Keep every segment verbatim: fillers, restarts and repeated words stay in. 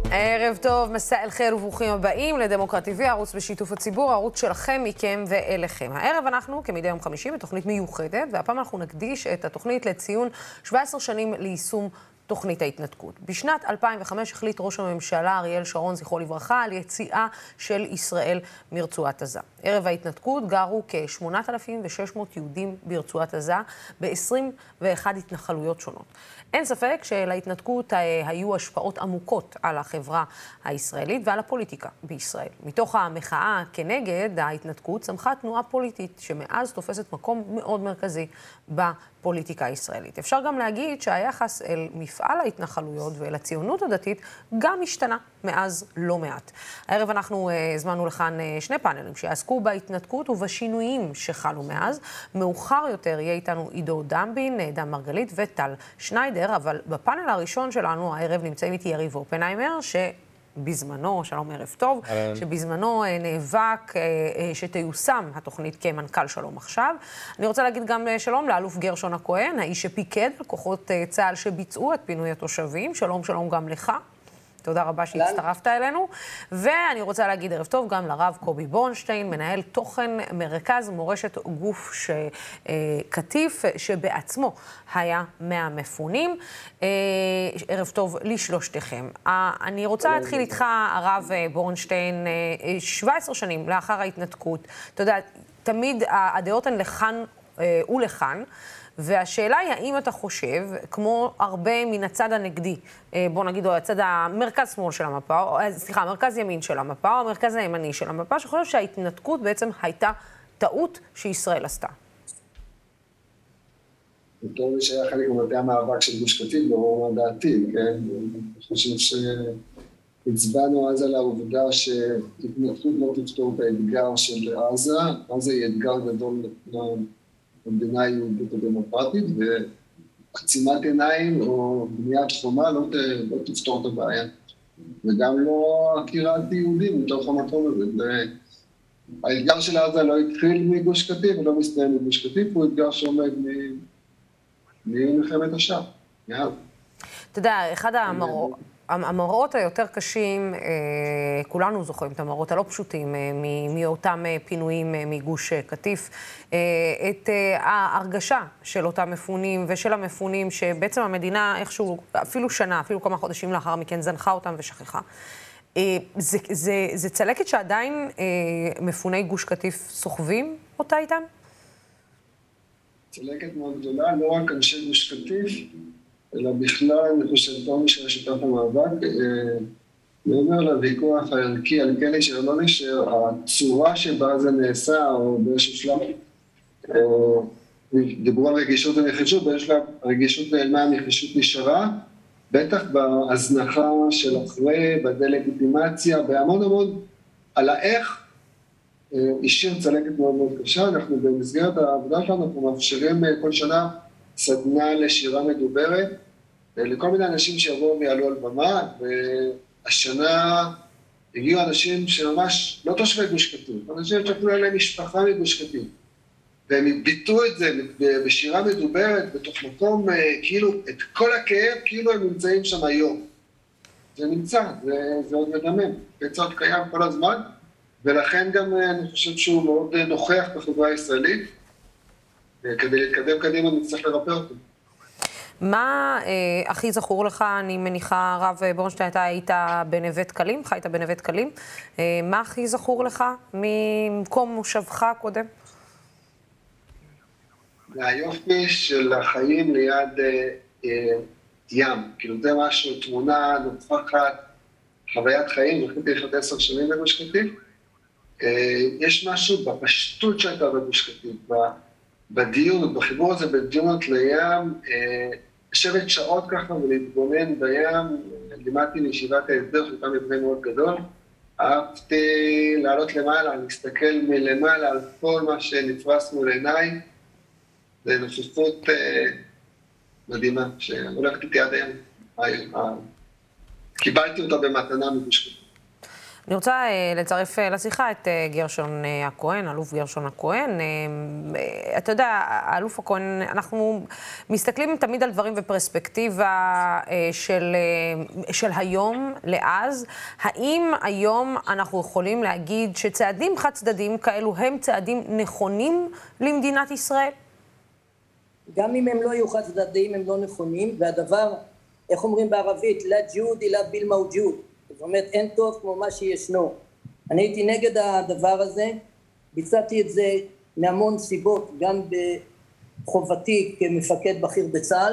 ערב טוב, מסע אל חיר וברוכים הבאים לדמוקרט טי וי, ערוץ בשיתוף הציבור, ערוץ שלכם, מכם ואליכם. הערב אנחנו, כמדי יום חמישי, בתוכנית מיוחדת, והפעם אנחנו נקדיש את התוכנית לציון שבע עשרה שנים ליישום תוכנית ההתנתקות. בשנת אלפיים וחמש החליט ראש הממשלה אריאל שרון, זכרו לברכה, על יציאה של ישראל מרצועת עזה. ערב ההתנתקות גרו כ-שמונת אלפים ושש מאות יהודים ברצועת עזה, ב-עשרים ואחת התנחלויות שונות. אין ספק שלהתנתקות היו השפעות עמוקות על החברה הישראלית ועל הפוליטיקה בישראל. מתוך המחאה כנגד ההתנתקות צמחה תנועה פוליטית שמאז תופסת מקום מאוד מרכזי בפוליטיקה הישראלית. אפשר גם להגיד שהיחס אל מפעל ההתנחלויות ואל הציונות הדתית גם השתנה מאז לא מעט. הערב אנחנו הזמנו לכאן שני פאנלים שיעסקו בהתנתקות ובשינויים שחלו מאז. מאוחר יותר יהיה איתנו עידו דמבין, דן מרגלית וטל שניידר, אבל בפאנל הראשון שלנו הערב נמצאים איתי יריב אופנהיימר, שבזמנו, שלום ערב טוב, שבזמנו נאבק שתיושם התוכנית כמנכ"ל שלום עכשיו. אני רוצה להגיד גם שלום לאלוף גרשון הכהן, האיש שפיקד על כוחות צה"ל שביצעו את פינוי התושבים. שלום, שלום גם לך. תודה רבה שהצטרפת אלינו. ואני רוצה להגיד ערב טוב גם לרב קובי בורנשטיין, מנהל תוכן מרכז מורשת גוף קטיף, שבעצמו היה מהמפונים. ערב טוב לשלושתכם. אני רוצה להתחיל איתך, הרב בורנשטיין, שבע עשרה שנים לאחר ההתנתקות. אתה יודע, תמיד הדעות הן לכאן ולכאן. והשאלה היא, האם אתה חושב, כמו הרבה מן הצד הנגדי, בוא נגיד, או הצד המרכז שמאל של המפה, או, סליחה, המרכז ימין של המפה, או המרכז הימני של המפה, שחושב שההתנתקות בעצם הייתה טעות שישראל עשתה. בתור מי שהיה חלק ממטה המאבק של גוש קטיף, ברור מה דעתי, כן? אני חושב שהצבענו אז על העובדה שהתנתקות לא תפתור את האתגר של עזה, עזה היא אתגר גדול במדינה היהודית הדמוקרטית, ועצימת עיניים או בניית חומה לא, ת, לא תפתור את הבעיה. וגם לא עקירת יהודים מתוך המקום הזה. האתגר של עזה לא התחיל מגוש קטיף ולא מסתיים מגוש קטיף, הוא אתגר שעומד ממלחמת השעה. אתה יודע, אחד המראות... המראות היותר קשים, כולנו זוכרים את המראות הלא פשוטים מאותם פינויים מגוש קטיף, את ההרגשה של אותם מפונים ושל המפונים שבעצם המדינה איכשהו, אפילו שנה, אפילו כמה חודשים לאחר מכן, זנחה אותם ושכחה. זה, זה, זה צלקת שעדיין מפוני גוש קטיף סוחבים אותה איתם? צלקת מאוד גדולה, לא רק אנשי גוש קטיף, אלא בכלל, אני חושב, כל מי ששיטת המאבק, אני אומר לוויכוח הערכי על כן נשאר, לא נשאר, הצורה שבה זה נעשה, או באיזשהו שלב, דיברו על רגישות ונחישות, באיזשהו שלב הרגישות נעלמה, הנחישות נשארה, בטח בהזנחה של אחרי, בדה-לגיטימציה, בהמון המון, על האיך, השאיר צלקת מאוד מאוד קשה. אנחנו במסגרת העבודה שלנו, אנחנו מאפשרים כל שנה, סדנה לשירה מדוברת, לכל מיני אנשים שיבואו ויעלו על במה, והשנה הגיעו אנשים שממש לא תושבי גוש קטיף, אנשים שאפילו עליהם משפחה מגוש קטיף, והם ביטאו את זה בשירה מדוברת, בתוך מקום, כאילו, את כל הכאב, כאילו הם נמצאים שם היום. זה נמצא, זה, זה עוד מדמם, זה עוד קיים כל הזמן, ולכן גם אני חושב שהוא מאוד נוכח בחברה הישראלית, כדי להתקדם קדימה נצטרך לרפא אותו. מה אה, הכי זכור לך, אני מניחה, רב בורנשטיין, אתה היית בנווה קלים, חיית בנווה קלים, אה, מה הכי זכור לך ממקום מושבך קודם? היופי של החיים ליד אה, אה, ים, כאילו זה משהו, תמונה נופחת, חוויית חיים, זכיתי לחיות עשר שנים בגוש קטיף, אה, יש משהו בפשטות שהייתה בגוש קטיף, בדיון, בחיבור הזה, בדיונות לים, לשבת שעות ככה ולהתבונן בים, לימדתי לישיבת ההסדר, שהייתה מבנה מאוד גדול, אהבתי לעלות למעלה, להסתכל מלמעלה על כל מה שנפרס מול עיניי, זה נוכחות מדהימה, שהולכת איתי עד היום, קיבלתי אותה במתנה מגוש קטיף. אני רוצה לצרף לשיחה את גרשון הכהן, אלוף גרשון הכהן. אתה יודע, אלוף הכהן, אנחנו מסתכלים תמיד על דברים בפרספקטיבה של, של היום לאז. האם היום אנחנו יכולים להגיד שצעדים חד צדדים כאלו הם צעדים נכונים למדינת ישראל? גם אם הם לא יהיו חד צדדים, הם לא נכונים, והדבר, איך אומרים בערבית, לא ג'וד אלא ביל מוג'וד. זאת אומרת, אין טוב כמו מה שישנו. אני הייתי נגד הדבר הזה, ביצעתי את זה מהמון סיבות, גם בחובתי כמפקד בכיר בצה"ל,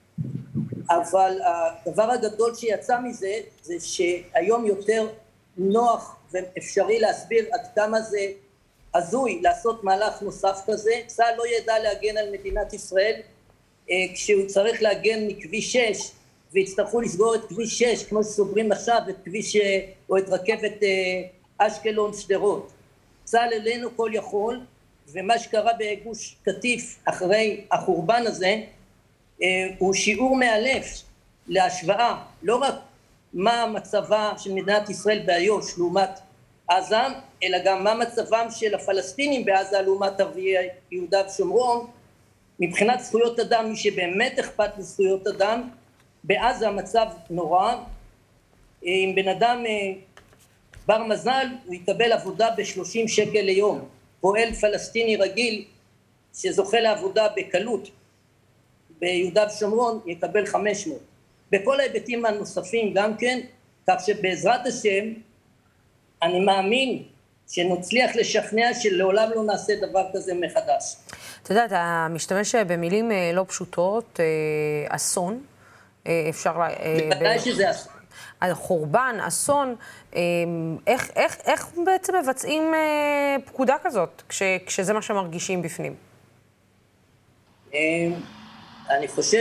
אבל הדבר הגדול שיצא מזה, זה שהיום יותר נוח ואפשרי להסביר עד כמה זה הזוי לעשות מהלך נוסף כזה. צה"ל לא ידע להגן על מדינת ישראל, כשהוא צריך להגן מכביש שש, והצטרכו לסגור את כביש שש, כמו שסוגרים עכשיו את כביש או את רכבת אשקלון שדרות. צה"ל אלינו כל יכול, ומה שקרה בגוש קטיף אחרי החורבן הזה, הוא שיעור מאלף להשוואה, לא רק מה מצבה של מדינת ישראל באיו"ש לעומת עזה, אלא גם מה מצבם של הפלסטינים בעזה לעומת ערביי יהודה ושומרון. מבחינת זכויות אדם, מי שבאמת אכפת לזכויות אדם, בעזה המצב נורא. אם בן אדם בר מזל, הוא יקבל עבודה ב-שלושים שקל ליום. פועל פלסטיני רגיל שזוכה לעבודה בקלות ביהודה ושומרון יקבל חמש מאות. בכל ההיבטים הנוספים גם כן, כך שבעזרת השם אני מאמין שנצליח לשכנע שלעולם לא נעשה דבר כזה מחדש. אתה יודע, אתה משתמש במילים לא פשוטות, אסון. אפשר... בוודאי שזה אסון. חורבן, אסון, איך, איך, איך בעצם מבצעים פקודה כזאת, כש, כשזה מה שמרגישים בפנים? אני חושב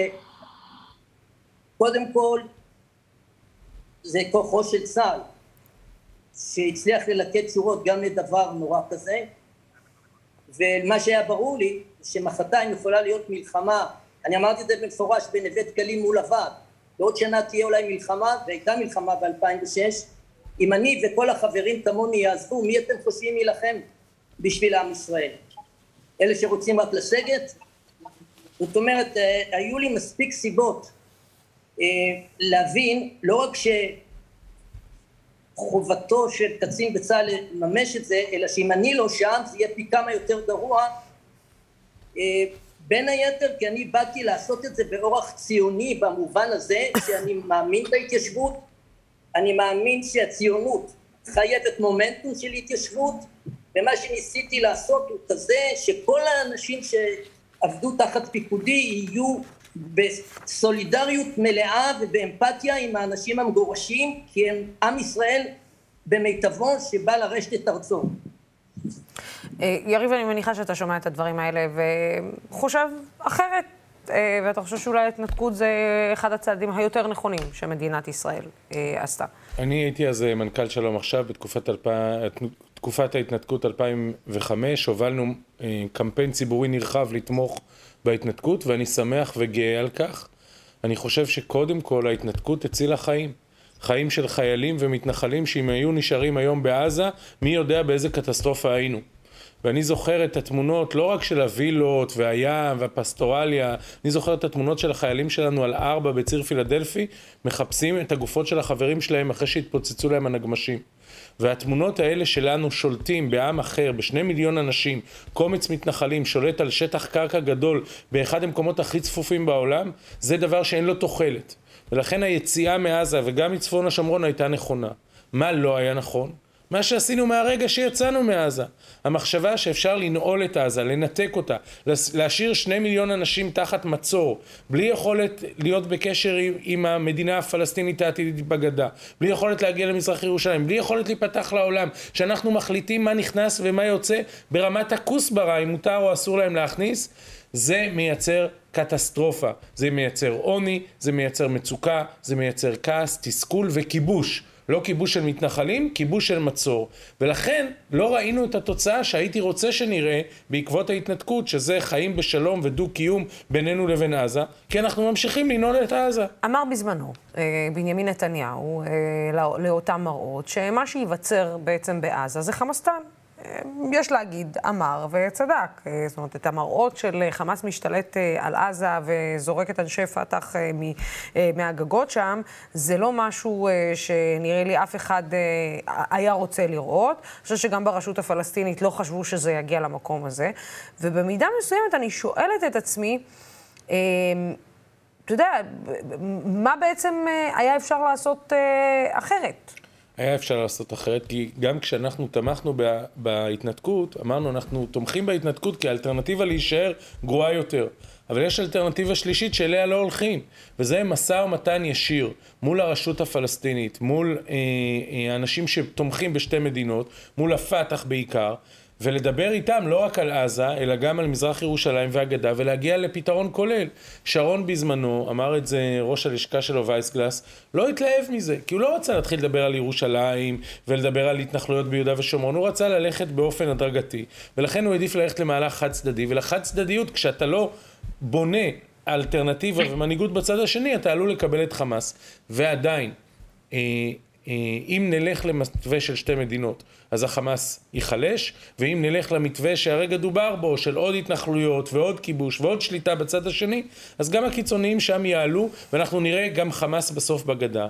שקודם כל זה כוחו של צה"ל, שהצליח ללכד שורות גם לדבר נורא כזה, ומה שהיה ברור לי, שמחרתיים יכולה להיות מלחמה, אני אמרתי את זה במפורש בנווה דקלים מול הוועד, בעוד שנה תהיה אולי מלחמה, והייתה מלחמה ב-אלפיים ושש, אם אני וכל החברים כמוני יעזבו, מי אתם חושבים ילחם בשביל עם ישראל? אלה שרוצים רק לסגת? זאת אומרת, היו לי מספיק סיבות להבין, לא רק שחובתו של קצין בצה"ל לממש את זה, אלא שאם אני לא שם, זה יהיה פי כמה יותר גרוע, בין היתר, כי אני באתי לעשות את זה באורח ציוני במובן הזה, שאני מאמין בהתיישבות, אני מאמין שהציונות חייבת מומנטום של התיישבות, ומה שניסיתי לעשות הוא כזה שכל האנשים שעבדו תחת פיקודי יהיו בסולידריות מלאה ובאמפתיה עם האנשים המגורשים, כי הם עם ישראל במיטבו שבא לרשת את ארצו. יריב, אני מניחה שאתה שומע את הדברים האלה וחושב אחרת, ואתה חושב שאולי התנתקות זה אחד הצעדים היותר נכונים שמדינת ישראל עשתה. אני הייתי אז מנכ"ל שלום עכשיו בתקופת תקופת ההתנתקות אלפיים וחמש, הובלנו קמפיין ציבורי נרחב לתמוך בהתנתקות, ואני שמח וגאה על כך. אני חושב שקודם כל ההתנתקות הצילה חיים. חיים של חיילים ומתנחלים שאם היו נשארים היום בעזה, מי יודע באיזה קטסטרופה היינו. ואני זוכר את התמונות לא רק של הווילות והים והפסטורליה, אני זוכר את התמונות של החיילים שלנו על ארבע בציר פילדלפי, מחפשים את הגופות של החברים שלהם אחרי שהתפוצצו להם הנגמשים. והתמונות האלה שלנו שולטים בעם אחר, בשני מיליון אנשים, קומץ מתנחלים, שולט על שטח קרקע גדול באחד המקומות הכי צפופים בעולם, זה דבר שאין לו תוחלת. ולכן היציאה מעזה וגם מצפון השומרון הייתה נכונה. מה לא היה נכון? מה שעשינו מהרגע שיצאנו מעזה. המחשבה שאפשר לנעול את עזה, לנתק אותה, להשאיר שני מיליון אנשים תחת מצור, בלי יכולת להיות בקשר עם המדינה הפלסטינית העתידית בגדה, בלי יכולת להגיע למזרח ירושלים, בלי יכולת להיפתח לעולם, שאנחנו מחליטים מה נכנס ומה יוצא ברמת הכוסברה, אם מותר או אסור להם להכניס, זה מייצר קטסטרופה, זה מייצר עוני, זה מייצר מצוקה, זה מייצר כעס, תסכול וכיבוש. לא כיבוש של מתנחלים, כיבוש של מצור. ולכן לא ראינו את התוצאה שהייתי רוצה שנראה בעקבות ההתנתקות, שזה חיים בשלום ודו-קיום בינינו לבין עזה, כי אנחנו ממשיכים לנעול את עזה. אמר בזמנו, בנימין נתניהו, לאותם מראות, שמה שייווצר בעצם בעזה זה חמאסטן. יש להגיד, אמר וצדק. זאת אומרת, את המראות של חמאס משתלט על עזה וזורק את אנשי פתח מהגגות שם, זה לא משהו שנראה לי אף אחד היה רוצה לראות. אני חושב שגם ברשות הפלסטינית לא חשבו שזה יגיע למקום הזה. ובמידה מסוימת אני שואלת את עצמי, אתה יודע, מה בעצם היה אפשר לעשות אחרת? היה אפשר לעשות אחרת, כי גם כשאנחנו תמכנו בהתנתקות, אמרנו, אנחנו תומכים בהתנתקות כי האלטרנטיבה להישאר גרועה יותר. אבל יש אלטרנטיבה שלישית שאליה לא הולכים, וזה מסע ומתן ישיר מול הרשות הפלסטינית, מול אה, אה, אנשים שתומכים בשתי מדינות, מול הפתח בעיקר, ולדבר איתם לא רק על עזה, אלא גם על מזרח ירושלים והגדה, ולהגיע לפתרון כולל. שרון בזמנו, אמר את זה ראש הלשכה שלו וייסגלס, לא התלהב מזה, כי הוא לא רצה להתחיל לדבר על ירושלים, ולדבר על התנחלויות ביהודה ושומרון, הוא רצה ללכת באופן הדרגתי, ולכן הוא העדיף ללכת למהלך חד צדדי, ולחד צדדיות, כשאתה לא בונה אלטרנטיבה ומנהיגות בצד השני, אתה עלול לקבל את חמאס. ועדיין, אה, אם נלך למתווה של שתי מדינות, אז החמאס ייחלש, ואם נלך למתווה שהרגע דובר בו, של עוד התנחלויות ועוד כיבוש ועוד שליטה בצד השני, אז גם הקיצוניים שם יעלו, ואנחנו נראה גם חמאס בסוף בגדה.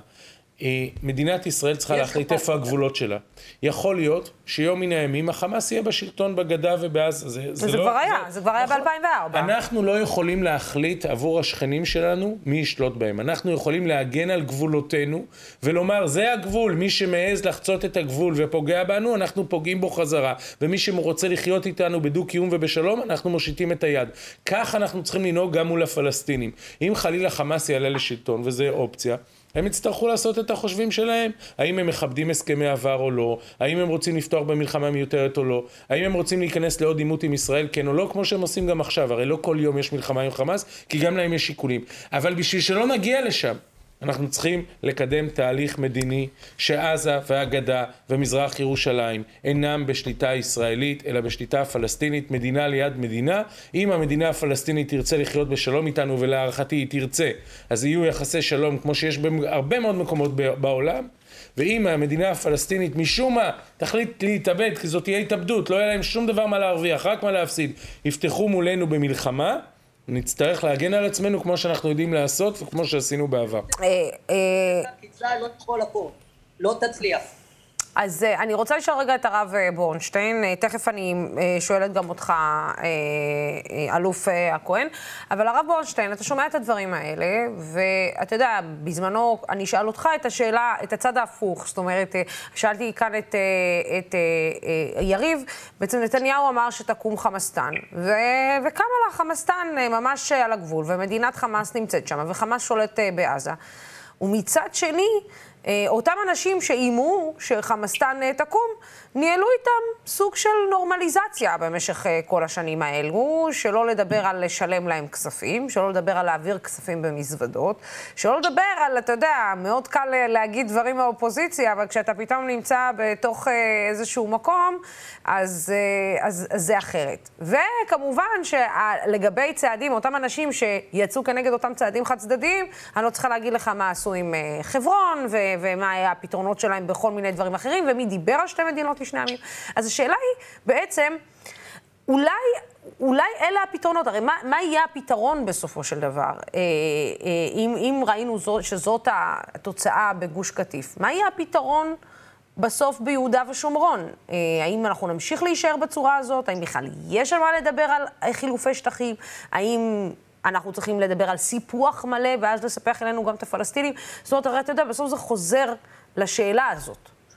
מדינת ישראל צריכה להחליט איפה הגבולות שלה. יכול להיות שיום מן הימים החמאס יהיה בשלטון בגדה ובעזה. זה, זה, זה לא, כבר היה, זה, זה כבר היה ב-אלפיים וארבע. אנחנו לא יכולים להחליט עבור השכנים שלנו מי ישלוט בהם. אנחנו יכולים להגן על גבולותינו ולומר, זה הגבול, מי שמעז לחצות את הגבול ופוגע בנו, אנחנו פוגעים בו חזרה. ומי שרוצה לחיות איתנו בדו-קיום ובשלום, אנחנו מושיטים את היד. כך אנחנו צריכים לנהוג גם מול הפלסטינים. אם חלילה חמאס יעלה לשלטון, וזה אופציה, הם יצטרכו לעשות את החושבים שלהם. האם הם מכבדים הסכמי עבר או לא? האם הם רוצים לפתוח במלחמה מיותרת או לא? האם הם רוצים להיכנס לעוד עימות עם ישראל, כן או לא? כמו שהם עושים גם עכשיו. הרי לא כל יום יש מלחמה עם חמאס, כי גם להם יש שיקולים. אבל בשביל שלא נגיע לשם, אנחנו צריכים לקדם תהליך מדיני שעזה והגדה ומזרח ירושלים אינם בשליטה ישראלית, אלא בשליטה פלסטינית, מדינה ליד מדינה. אם המדינה הפלסטינית תרצה לחיות בשלום איתנו, ולהערכתי היא תרצה, אז יהיו יחסי שלום כמו שיש בהרבה מאוד מקומות בעולם. ואם המדינה הפלסטינית משום מה תחליט להתאבד, כי זאת תהיה התאבדות, לא יהיה להם שום דבר מה להרוויח, רק מה להפסיד, יפתחו מולנו במלחמה, נצטרך להגן על עצמנו כמו שאנחנו יודעים לעשות וכמו שעשינו בעבר. קיצה לא תכל הכל, לא תצליח. אז אני רוצה לשאול רגע את הרב בורנשטיין, תכף אני שואלת גם אותך, אלוף הכהן, אבל הרב בורנשטיין, אתה שומע את הדברים האלה, ואתה יודע, בזמנו אני אשאל אותך את השאלה, את הצד ההפוך, זאת אומרת, שאלתי כאן את, את יריב, בעצם נתניהו אמר שתקום חמאסטן, וקם על החמאסטן ממש על הגבול, ומדינת חמאס נמצאת שם, וחמאס שולט בעזה. ומצד שני, אותם אנשים שאימו שחמאסטן תקום, ניהלו איתם סוג של נורמליזציה במשך כל השנים האלו, שלא לדבר על לשלם להם כספים, שלא לדבר על להעביר כספים במזוודות, שלא לדבר על, אתה יודע, מאוד קל להגיד דברים מהאופוזיציה, אבל כשאתה פתאום נמצא בתוך איזשהו מקום, אז, אז, אז זה אחרת. וכמובן שלגבי צעדים, אותם אנשים שיצאו כנגד אותם צעדים חד צדדיים, אני לא צריכה להגיד לך מה עשו עם חברון, ו- ומה היה הפתרונות שלהם בכל מיני דברים אחרים, ומי דיבר על שתי מדינות לשני עמים. אז השאלה היא בעצם, אולי, אולי אלה הפתרונות, הרי מה, מה יהיה הפתרון בסופו של דבר? אה, אה, אם, אם ראינו זו, שזאת התוצאה בגוש קטיף, מה יהיה הפתרון בסוף ביהודה ושומרון? אה, האם אנחנו נמשיך להישאר בצורה הזאת? האם בכלל יש על מה לדבר על חילופי שטחים? האם אנחנו צריכים לדבר על סיפוח מלא, ואז לספח אלינו גם את הפלסטינים? זאת אומרת, הרי אתה יודע, בסוף זה חוזר לשאלה הזאת.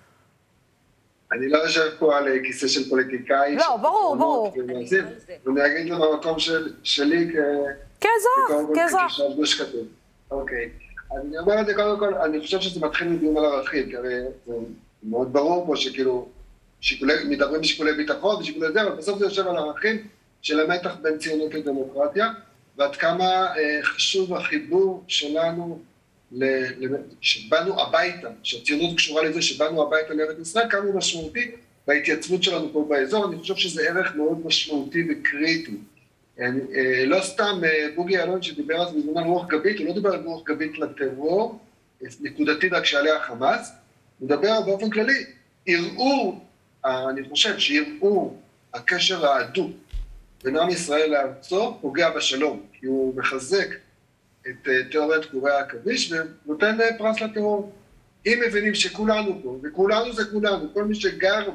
אני לא יושב פה על כיסא של פוליטיקאי. לא, ברור, ברור. ואני אגיד לו במקום שלי כאזרח, כאזרח. אוקיי. אני אומר את זה קודם כל, אני חושב שזה מתחיל מדיון על ערכים, כי הרי זה מאוד ברור פה שכאילו, מדברים בשיקולי ביטחון ושיקולי זה, אבל בסוף זה יושב על ערכים של המתח בין ציונות לדמוקרטיה, ועד כמה חשוב החיבור שלנו שבאנו הביתה, שהציונות קשורה לזה שבאנו הביתה לארץ ישראל, כמה הוא משמעותי בהתייצבות שלנו פה באזור. אני חושב שזה ערך מאוד משמעותי וקריטי. לא סתם בוגי אלון שדיבר אז בזמן רוח גבית, הוא לא דיבר על רוח גבית לטרור, נקודתית רק שעליה החמאס, הוא מדבר באופן כללי, ערעור, אני חושב שערעור הקשר ההדוק בין עם ישראל לארצו פוגע בשלום, כי הוא מחזק את תיאוריית קורי העכביש ונותן פרס לטרור. אם מבינים שכולנו פה, וכולנו זה כולנו, כל מי שגר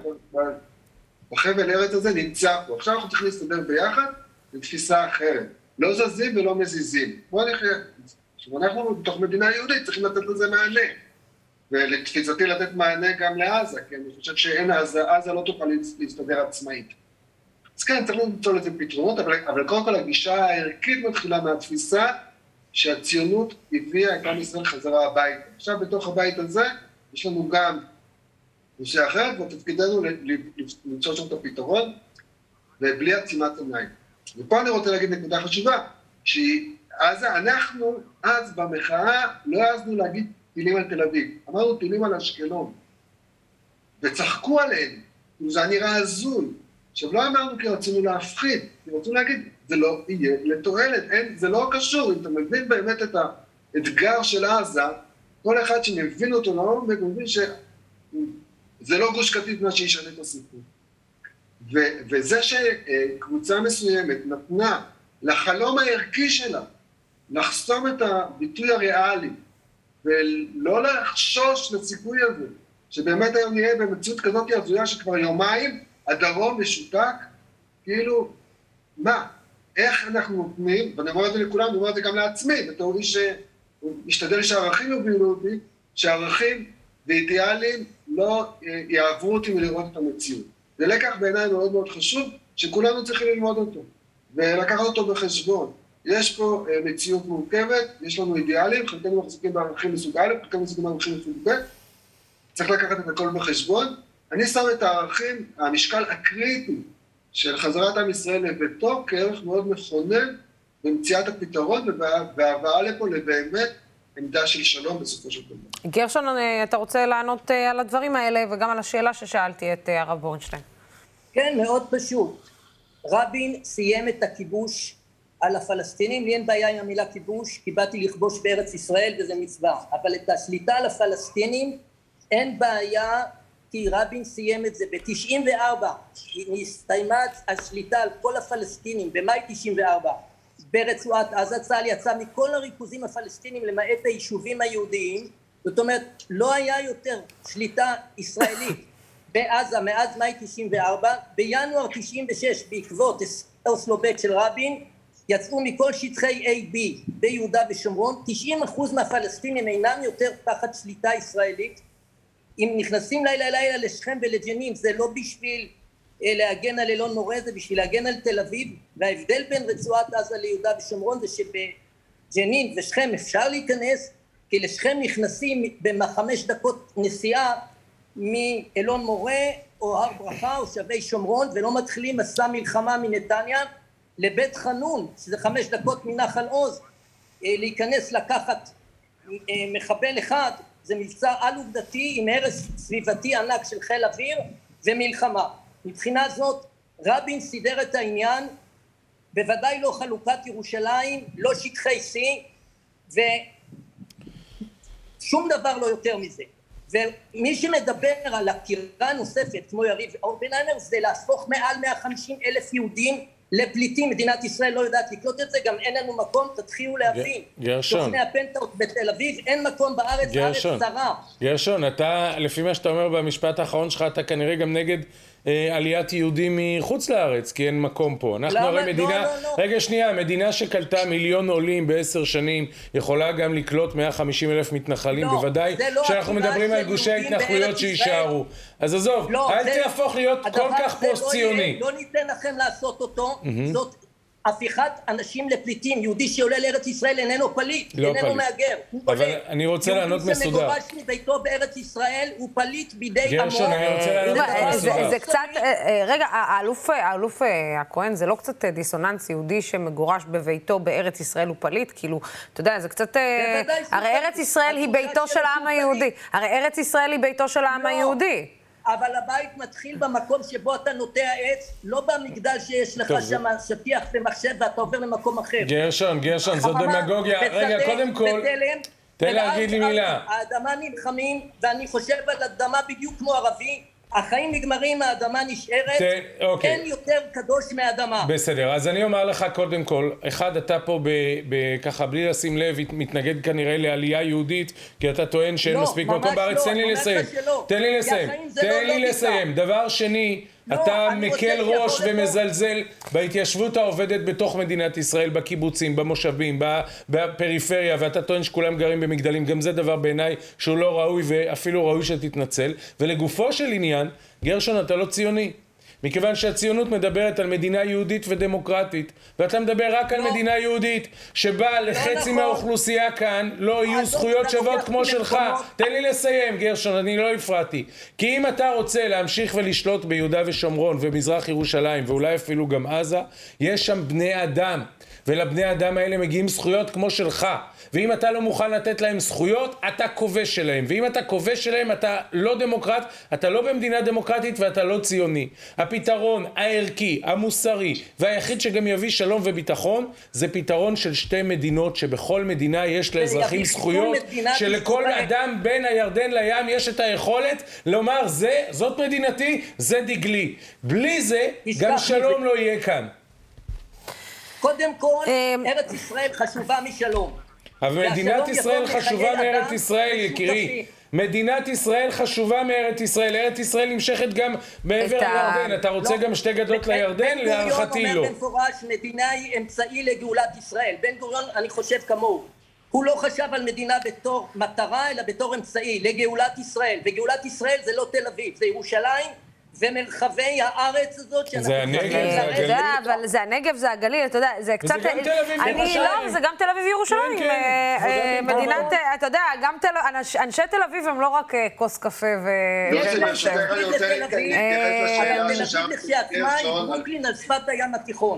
בחבל ארץ הזה נמצא פה, עכשיו אנחנו צריכים להסתדר ביחד לתפיסה אחרת, לא זזים ולא מזיזים. בואו נחיה, אנחנו בתוך מדינה יהודית צריכים לתת לזה מענה, ולתפיסתי לתת מענה גם לעזה, כי אני חושב שאין עזה, עזה לא תוכל להסתדר עצמאית. אז כן, צריך למצוא לזה פתרונות, אבל, אבל קודם כל הגישה הערכית מתחילה מהתפיסה שהציונות הביאה את עם ישראל חזרה הביתה. עכשיו בתוך הבית הזה יש לנו גם נושא אחר, ותפקידנו למצוא שם את הפתרון, ובלי עצימת עיניים. ופה אני רוצה להגיד נקודה חשובה, שאז אנחנו, אז במחאה, לא העזנו להגיד טילים על תל אביב, אמרנו טילים על אשקלון, וצחקו עליהם, זה נראה הזוי. עכשיו לא אמרנו כי רצינו להפחיד, כי רצינו להגיד, זה לא יהיה לתועלת, אין, זה לא קשור, אם אתה מבין באמת את האתגר של עזה, כל אחד שמבין אותו לעומק, מבין שזה לא גוש קטיף מה שישנה את הסיפור. ו- וזה שקבוצה מסוימת נתנה לחלום הערכי שלה, לחסום את הביטוי הריאלי, ולא לחשוש לסיכוי הזה, שבאמת היום נהיה במציאות כזאת הזויה שכבר יומיים, הדרום משותק, כאילו, מה? איך אנחנו נותנים, ואני אומר את זה לכולם, אני אומר את זה גם לעצמי, בתור איש שמשתדל שהערכים יובילו אותי, שהערכים ואידיאלים לא יעברו אותי מלראות את המציאות. זה לקח בעיניי מאוד מאוד חשוב, שכולנו צריכים ללמוד אותו, ולקחת אותו בחשבון. יש פה מציאות מורכבת, יש לנו אידיאלים, חלקנו מחזיקים בערכים מסוג א', חלקנו מחזיקים בערכים מסוג ב', צריך לקחת את הכל בחשבון. אני שם את הערכים, המשקל הקריטי של חזרת עם ישראל לביתו, כערך מאוד מכונן במציאת הפתרון והבאה לפה לבאמת עמדה של שלום בסופו של דבר. גרשון, אתה רוצה לענות על הדברים האלה וגם על השאלה ששאלתי את הרב בורנשטיין? כן, מאוד פשוט. רבין סיים את הכיבוש על הפלסטינים, לי אין בעיה עם המילה כיבוש, כי באתי לכבוש בארץ ישראל וזה מצווה, אבל את השליטה על הפלסטינים אין בעיה, כי רבין סיים את זה. ב-תשעים וארבע נסתיימה השליטה על כל הפלסטינים, במאי תשעים וארבע, ברצועת עזה. צה"ל יצא מכל הריכוזים הפלסטינים למעט היישובים היהודיים, זאת אומרת, לא היה יותר שליטה ישראלית בעזה מאז מאי תשעים וארבע. בינואר תשעים ושש, בעקבות אוסלו ב' של רבין, יצאו מכל שטחי A B ביהודה ושומרון, תשעים אחוז מהפלסטינים אינם יותר תחת שליטה ישראלית. אם נכנסים לילה לילה לשכם ולג'נין, זה לא בשביל אה, להגן על אלון מורה, זה בשביל להגן על תל אביב, וההבדל בין רצועת עזה ליהודה ושומרון זה שבג'נין ושכם אפשר להיכנס, כי לשכם נכנסים בחמש דקות נסיעה מאלון מורה או הר ברכה או שבי שומרון, ולא מתחילים מסע מלחמה מנתניה לבית חנון, שזה חמש דקות מנחל עוז, אה, להיכנס לקחת אה, מחבל אחד, זה מבצע על עובדתי עם הרס סביבתי ענק של חיל אוויר ומלחמה. מבחינה זאת רבין סידר את העניין, בוודאי לא חלוקת ירושלים, לא שטחי C ושום דבר לא יותר מזה. ומי שמדבר על עקירה נוספת כמו יריב אופנהיימר זה להפוך מעל מאה וחמישים אלף יהודים לפליטים. מדינת ישראל לא יודעת לקלוט את זה, גם אין לנו מקום, תתחילו להבין. גרשון. תוכני הפנטהאוס בתל אביב, אין מקום בארץ, גרשון. הארץ צרה. גרשון, אתה, לפי מה שאתה אומר במשפט האחרון שלך, אתה כנראה גם נגד אה, עליית יהודים מחוץ לארץ, כי אין מקום פה. אנחנו למה? הרי מדינה, לא, לא, לא. רגע שנייה, מדינה שקלטה מיליון עולים בעשר שנים, יכולה גם לקלוט מאה וחמישים אלף מתנחלים, לא, בוודאי לא שאנחנו מדברים על גושי ההתנחלויות שיישארו. אז עזוב, לא, אל זה, תהפוך להיות כל כך פוסט ציוני. לא, לא ניתן לכם לעשות אותו, mm-hmm. זאת הפיכת אנשים לפליטים. יהודי שעולה לארץ ישראל איננו פליט, לא איננו פליט. מהגר. אבל אני רוצה לענות מסודר. יהודי שמגורש מביתו בארץ ישראל הוא פליט בידי עמו. גרשון, אני רוצה לענות מסודר. זה קצת, רגע, האלוף, האלוף הכהן, זה לא קצת דיסוננס, יהודי שמגורש בביתו בארץ ישראל הוא פליט? כאילו, אתה יודע, זה קצת... הרי ארץ ישראל היא ביתו של העם היהודי. הרי ארץ ישראל היא ביתו של העם היהודי. אבל הבית מתחיל במקום שבו אתה נוטע עץ, לא במגדל שיש לך שם שטיח ומחשב ואתה עובר למקום אחר. גרשון, גרשון, זו דמגוגיה. רגע, קודם כל, תן להגיד לי מילה. האדמה נלחמים, ואני חושב על אדמה בדיוק כמו ערבי, החיים נגמרים, האדמה נשארת, אין יותר קדוש מהאדמה. בסדר, אז אני אומר לך קודם כל, אחד, אתה פה ככה בלי לשים לב, מתנגד כנראה לעלייה יהודית, כי אתה טוען שאין מספיק מקום בארץ. תן לי לסיים, תן לי לסיים, תן לי לסיים. דבר שני, אתה מקל ראש ומזלזל בהתיישבות העובדת בתוך מדינת ישראל, בקיבוצים, במושבים, בפריפריה, ואתה טוען שכולם גרים במגדלים. גם זה דבר בעיניי שהוא לא ראוי, ואפילו ראוי שתתנצל. ולגופו של עניין, גרשון, אתה לא ציוני. מכיוון שהציונות מדברת על מדינה יהודית ודמוקרטית, ואתה מדבר רק על מדינה יהודית, שבה לחצי מהאוכלוסייה כאן לא יהיו זכויות שוות כמו שלך. תן לי לסיים, גרשון, אני לא הפרעתי. כי אם אתה רוצה להמשיך ולשלוט ביהודה ושומרון ומזרח ירושלים, ואולי אפילו גם עזה, יש שם בני אדם. ולבני אדם האלה מגיעים זכויות כמו שלך. ואם אתה לא מוכן לתת להם זכויות, אתה כובש שלהם. ואם אתה כובש שלהם, אתה לא דמוקרט, אתה לא במדינה דמוקרטית ואתה לא ציוני. הפתרון הערכי, המוסרי, והיחיד שגם יביא שלום וביטחון, זה פתרון של שתי מדינות, שבכל מדינה יש לאזרחים זכויות, שלכל אדם בין הירדן לים יש את היכולת לומר, זה, זאת מדינתי, זה דגלי. בלי זה, גם שלום לא יהיה כאן. קודם כל, ארץ ישראל חשובה משלום. אבל מדינת ישראל חשובה מארץ ישראל, יקירי. מדינת ישראל חשובה מארץ ישראל. ארץ ישראל נמשכת גם מעבר לירדן. אתה רוצה גם שתי גדות לירדן? להערכתי לא. בן גוריון אומר במפורש, מדינה היא אמצעי לגאולת ישראל. בן גוריון, אני חושב כמוהו. הוא לא חשב על מדינה בתור מטרה, אלא בתור אמצעי לגאולת ישראל. וגאולת ישראל זה לא תל אביב, זה ירושלים. ומרחבי הארץ הזאת זה הנגב, זה הגליל. אבל זה הנגב, זה הגליל, אתה יודע, זה קצת... וזה גם תל אביב ירושלים. לא, זה גם תל אביב ירושלים. מדינת, אתה יודע, גם אנשי תל אביב הם לא רק כוס קפה ו... לא, זה מה שככה אני רוצה להתייחס לשאלה ששאלתי כשעצמה היא ברוקלין על שפת הים התיכון.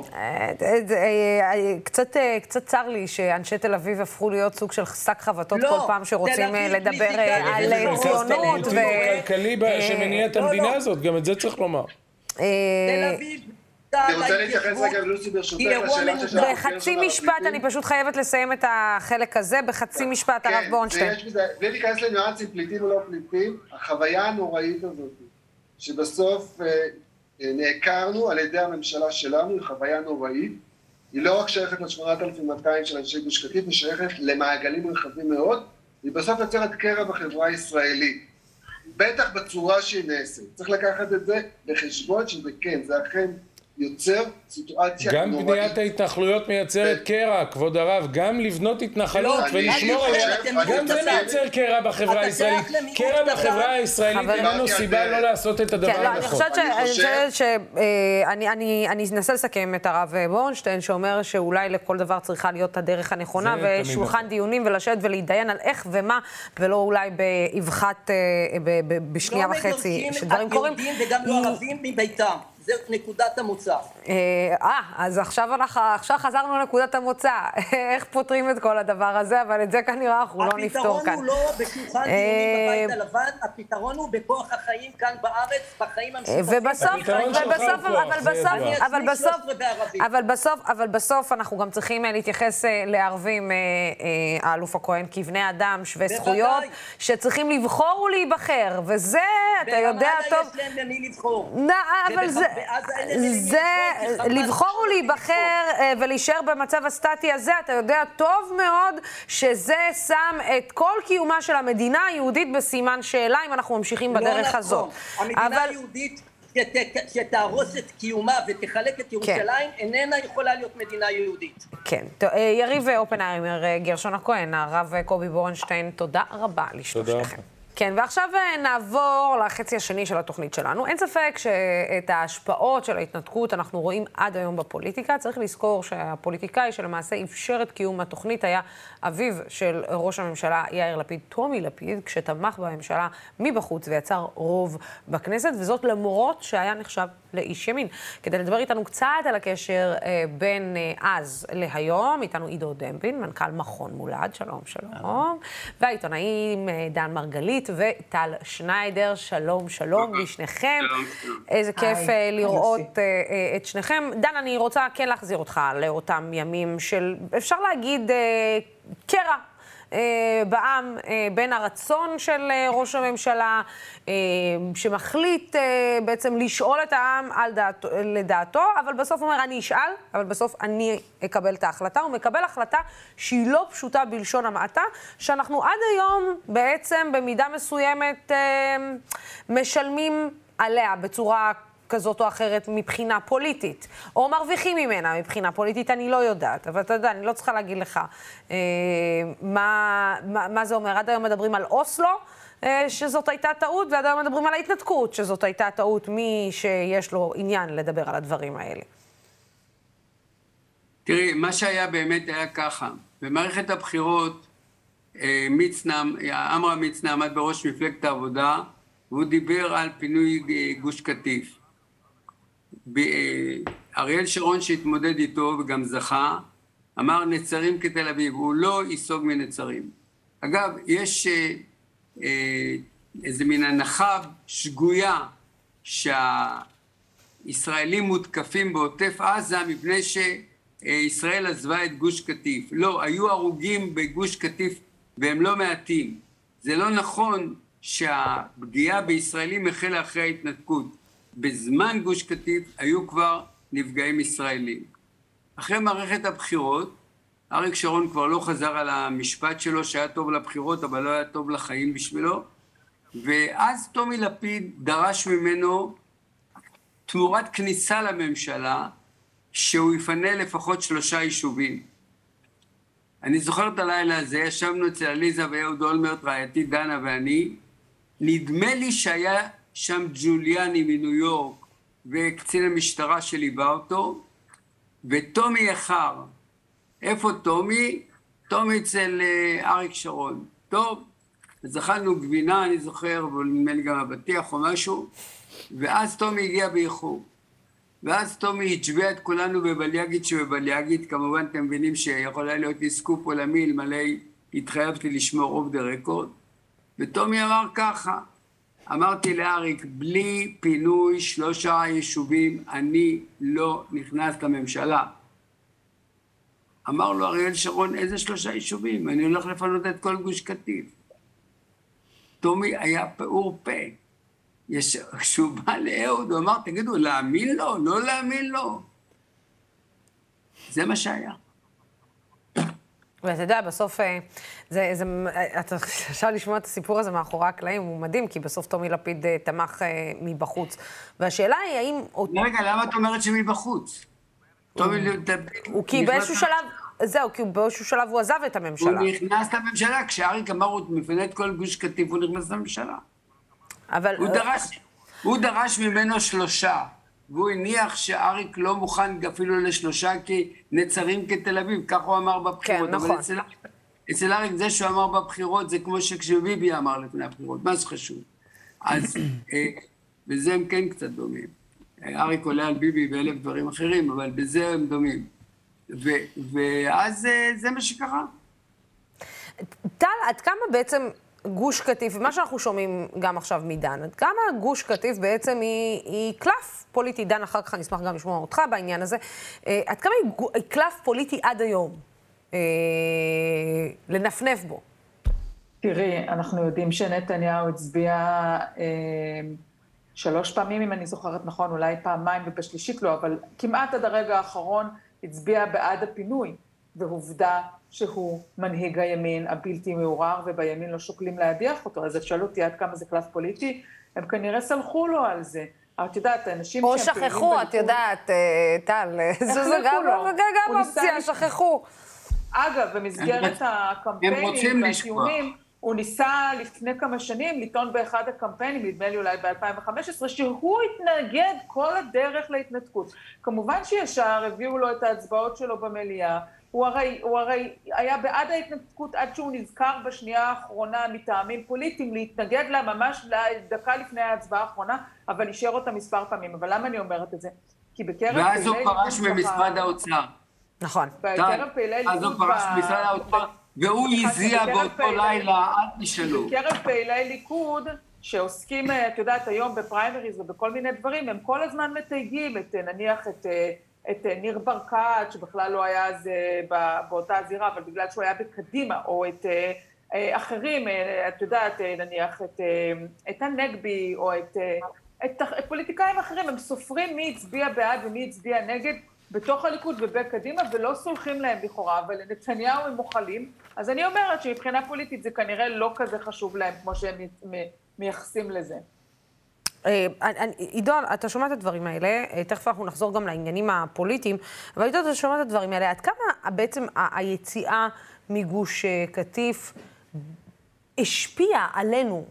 קצת צר לי שאנשי תל אביב הפכו להיות סוג של שק חבטות כל פעם שרוצים לדבר על ציונות. זה כלכלי שמניע את המדינה הזאת, גם את זה צריך לומר. תל אביב, אני רוצה להתייחס רגע לוסי ברשותך לשאלה ששאלתי. בחצי משפט, אני פשוט חייבת לסיים את החלק הזה, בחצי משפט, הרב בורנשטיין. בלי להיכנס לניואנסים, פליטים או לא פליטים, החוויה הנוראית הזאת, שבסוף נעקרנו על ידי הממשלה שלנו, היא חוויה נוראית, היא לא רק שייכת ל-שמונת אלפים מאתיים של אנשי גוש קטיף, היא שייכת למעגלים רחבים מאוד, היא בסוף יוצרת קרע בחברה הישראלית. בטח בצורה שהיא נעשית. צריך לקחת את זה בחשבון שזה כן, זה אכן יוצר סיטואציה גם נוראית. גם בניית ההתנחלויות מייצרת קרע, כבוד הרב, גם לבנות התנחלות ולשמור עליה, גם זה מייצר קרע בחברה הישראלית. קרע בחברה הישראלית איננו סיבה לא לעשות את הדבר הנכון. אני חושבת שאני אנסה לסכם את הרב בורנשטיין, שאומר שאולי לכל דבר צריכה להיות הדרך הנכונה, ושולחן דיונים ולשבת ולהתדיין על איך ומה, ולא אולי באבחת, בשנייה וחצי, שדברים קורים. לא מגרשים את היהודים וגם לא ערבים מביתם. זה נקודת המוצא. אה, אז עכשיו אנחנו, עכשיו חזרנו לנקודת המוצא. איך פותרים את כל הדבר הזה, אבל את זה כנראה אנחנו לא נפתור כאן. הפתרון הוא לא בשולחן דיונים בבית הלבן, הפתרון הוא בכוח החיים כאן בארץ, בחיים המשותפים. ובסוף, אבל בסוף, אבל בסוף, אבל בסוף אנחנו גם צריכים להתייחס לערבים, האלוף הכהן, כבני אדם שווי זכויות, שצריכים לבחור ולהיבחר, וזה, אתה יודע טוב... ברמאללה יש להם למי לבחור. אבל זה... זה לבחור ולהיבחר ולהישאר במצב הסטטי הזה, אתה יודע טוב מאוד שזה שם את כל קיומה של המדינה היהודית בסימן שאלה אם אנחנו ממשיכים בדרך הזאת. המדינה היהודית שתהרוס את קיומה ותחלק את ירושלים איננה יכולה להיות מדינה יהודית. כן. יריב אופנהיימר, גרשון הכהן, הרב קובי בורנשטיין, תודה רבה לשלושתכם. כן, ועכשיו נעבור לחצי השני של התוכנית שלנו. אין ספק שאת ההשפעות של ההתנתקות אנחנו רואים עד היום בפוליטיקה. צריך לזכור שהפוליטיקאי שלמעשה אפשר את קיום התוכנית היה אביו של ראש הממשלה יאיר לפיד, טומי לפיד, כשתמך בממשלה מבחוץ ויצר רוב בכנסת, וזאת למרות שהיה נחשב לאיש ימין. כדי לדבר איתנו קצת על הקשר בין אז להיום, איתנו עידו דמפין, מנכ"ל מכון מולד, שלום, שלום, והעיתונאים דן מרגלית וטל שניידר, שלום, שלום לשניכם. איזה כיף לראות את שניכם. דן, אני רוצה כן להחזיר אותך לאותם ימים של, אפשר להגיד, קרע בעם בין הרצון של ראש הממשלה, שמחליט בעצם לשאול את העם על דעתו, לדעתו, אבל בסוף הוא אומר, אני אשאל, אבל בסוף אני אקבל את ההחלטה. הוא מקבל החלטה שהיא לא פשוטה בלשון המעטה, שאנחנו עד היום בעצם במידה מסוימת משלמים עליה בצורה כזאת או אחרת מבחינה פוליטית, או מרוויחים ממנה מבחינה פוליטית, אני לא יודעת, אבל אתה יודע, אני לא צריכה להגיד לך אה, מה, מה, מה זה אומר. עד היום מדברים על אוסלו, אה, שזאת הייתה טעות, ועד היום מדברים על ההתנתקות, שזאת הייתה טעות, מי שיש לו עניין לדבר על הדברים האלה. תראי, מה שהיה באמת היה ככה. במערכת הבחירות, אה, מצנע, עמרם מצנע עמד בראש מפלגת העבודה, והוא דיבר על פינוי גוש קטיף. אריאל שרון שהתמודד איתו וגם זכה, אמר נצרים כתל אביב, הוא לא ייסוג מנצרים. אגב, יש אה, אה, איזה מין הנחה שגויה שהישראלים מותקפים בעוטף עזה מפני שישראל עזבה את גוש קטיף. לא, היו הרוגים בגוש קטיף והם לא מעטים. זה לא נכון שהפגיעה בישראלים החלה אחרי ההתנתקות. בזמן גוש קטיף היו כבר נפגעים ישראלים. אחרי מערכת הבחירות, אריק שרון כבר לא חזר על המשפט שלו שהיה טוב לבחירות, אבל לא היה טוב לחיים בשבילו, ואז טומי לפיד דרש ממנו תמורת כניסה לממשלה, שהוא יפנה לפחות שלושה יישובים. אני זוכר את הלילה הזה, ישבנו אצל עליזה ואהוד אולמרט, רעייתי דנה ואני, נדמה לי שהיה שם ג'וליאני מניו יורק וקצין המשטרה שליווה אותו, וטומי יחר. איפה טומי? טומי אצל אריק שרון. טוב, זכרנו גבינה, אני זוכר, ונדמה לי גם אבטיח או משהו, ואז טומי הגיע באיחור. ואז טומי התשווה את כולנו בבליאגית שבבליאגית, כמובן אתם מבינים שיכולה להיות לי סקופ עולמי, אלמלא התחייבתי לשמור אוף דה רקורד, וטומי אמר ככה, אמרתי לאריק, בלי פינוי שלושה יישובים, אני לא נכנס לממשלה. אמר לו אריאל שרון, איזה שלושה יישובים? אני הולך לפנות את כל גוש קטיף. טומי היה פעור פה. יש, כשהוא בא לאהוד, הוא אמר, תגידו, להאמין לו? לא להאמין לו. זה מה שהיה. ואתה יודע, בסוף, זה, זה, אתה אפשר לשמוע את הסיפור הזה מאחורי הקלעים, הוא מדהים, כי בסוף טומי לפיד תמך מבחוץ. והשאלה היא, האם... רגע, למה את אומרת שמבחוץ? טומי לפיד... הוא כי באיזשהו שלב... זהו, כי באיזשהו שלב הוא עזב את הממשלה. הוא נכנס לממשלה, כשאריק אמר, הוא מפנה את כל גוש קטיף, הוא נכנס לממשלה. אבל... הוא דרש, הוא דרש ממנו שלושה. והוא הניח שאריק לא מוכן אפילו לשלושה כנצרים כתל אביב, כך הוא אמר בבחירות. כן, נכון. אבל אצל, אצל אריק זה שהוא אמר בבחירות, זה כמו שכשביבי אמר לפני הבחירות, מה זה חשוב? אז, בזה הם כן קצת דומים. אריק עולה על ביבי ואלף דברים אחרים, אבל בזה הם דומים. ו, ואז זה מה שקרה. טל, עד כמה בעצם... גוש קטיף, ומה שאנחנו שומעים גם עכשיו מדן, עד כמה גוש קטיף בעצם היא, היא קלף פוליטי, דן, אחר כך אני אשמח גם לשמוע אותך בעניין הזה, עד כמה היא, היא קלף פוליטי עד היום, אה, לנפנף בו? תראי, אנחנו יודעים שנתניהו הצביע אה, שלוש פעמים, אם אני זוכרת נכון, אולי פעמיים ובשלישית לא, אבל כמעט עד הרגע האחרון הצביע בעד הפינוי, ועובדה שהוא מנהיג הימין הבלתי מעורר, ובימין לא שוקלים להדיח אותו. אז שאלו אותי עד כמה זה קלף פוליטי, הם כנראה סלחו לו על זה. את יודעת, האנשים... או שכחו, את יודעת, טל, זה גם אופציה, שכחו. אגב, במסגרת הקמפיינים והטיעונים, הוא ניסה לפני כמה שנים לטעון באחד הקמפיינים, נדמה לי אולי ב-אלפיים וחמש עשרה, שהוא התנגד כל הדרך להתנתקות. כמובן שישר הביאו לו את ההצבעות שלו במליאה, הוא הרי, הוא הרי היה בעד ההתנתקות עד שהוא נזכר בשנייה האחרונה מטעמים פוליטיים להתנגד לה ממש דקה לפני ההצבעה האחרונה, אבל אישר אותה מספר פעמים. אבל למה אני אומרת את זה? כי בקרב ואז הוא פרש ממשרד האוצר. נכון. בקרב פעילי ליכוד... אז הוא פרש ממשרד האוצר, והוא הזיע באותו לילה, אל תשאלו. בקרב פעילי ליכוד, שעוסקים, את יודעת, היום בפריימריז ובכל מיני דברים, הם כל הזמן מתייגים את, נניח, את... את ניר ברקת, שבכלל לא היה אז באותה זירה, אבל בגלל שהוא היה בקדימה, או את אחרים, את יודעת, נניח, את, את הנגבי, או את, את, את פוליטיקאים אחרים, הם סופרים מי הצביע בעד ומי הצביע נגד, בתוך הליכוד ובקדימה, ולא סולחים להם לכאורה, אבל לנתניהו הם מוכלים. אז אני אומרת שמבחינה פוליטית זה כנראה לא כזה חשוב להם, כמו שהם מייחסים לזה. עידון, אתה שומע את הדברים האלה, תכף אנחנו נחזור גם לעניינים הפוליטיים, אבל עידון, אתה שומע את הדברים האלה, עד כמה בעצם היציאה מגוש קטיף השפיעה עלינו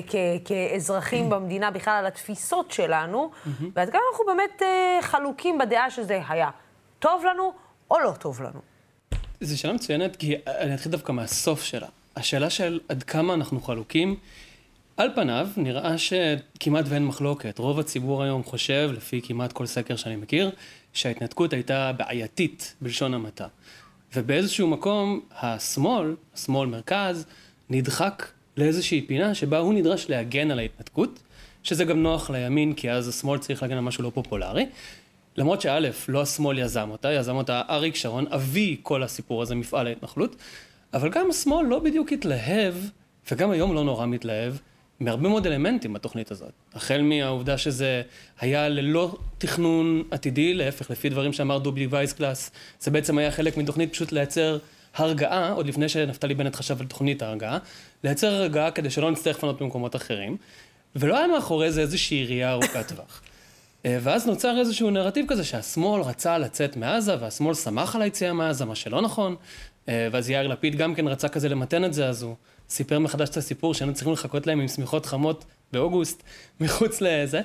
כאזרחים במדינה, בכלל על התפיסות שלנו, ועד כמה אנחנו באמת חלוקים בדעה שזה היה טוב לנו או לא טוב לנו? זו שאלה מצוינת, כי אני אתחיל דווקא מהסוף שלה. השאלה של עד כמה אנחנו חלוקים, על פניו נראה שכמעט ואין מחלוקת. רוב הציבור היום חושב, לפי כמעט כל סקר שאני מכיר, שההתנתקות הייתה בעייתית בלשון המעטה. ובאיזשהו מקום, השמאל, השמאל מרכז, נדחק לאיזושהי פינה שבה הוא נדרש להגן על ההתנתקות, שזה גם נוח לימין, כי אז השמאל צריך להגן על משהו לא פופולרי. למרות שא', לא השמאל יזם אותה, יזם אותה אריק שרון, אבי כל הסיפור הזה, מפעל ההתנחלות, אבל גם השמאל לא בדיוק התלהב, וגם היום לא נורא מתלהב, מהרבה מאוד אלמנטים בתוכנית הזאת. החל מהעובדה שזה היה ללא תכנון עתידי, להפך, לפי דברים שאמר דובי וייסגלס, זה בעצם היה חלק מתוכנית פשוט לייצר הרגעה, עוד לפני שנפתלי בנט חשב על תוכנית ההרגעה, לייצר הרגעה כדי שלא נצטרך לפנות במקומות אחרים, ולא היה מאחורי זה איזושהי ראייה ארוכת טווח. ואז נוצר איזשהו נרטיב כזה שהשמאל רצה לצאת מעזה, והשמאל שמח על היציאה מעזה, מה שלא נכון, ואז יאיר לפיד גם כן רצה כזה למתן את זה, אז הוא סיפר מחדש את הסיפור שהיינו צריכים לחכות להם עם שמיכות חמות באוגוסט מחוץ לזה,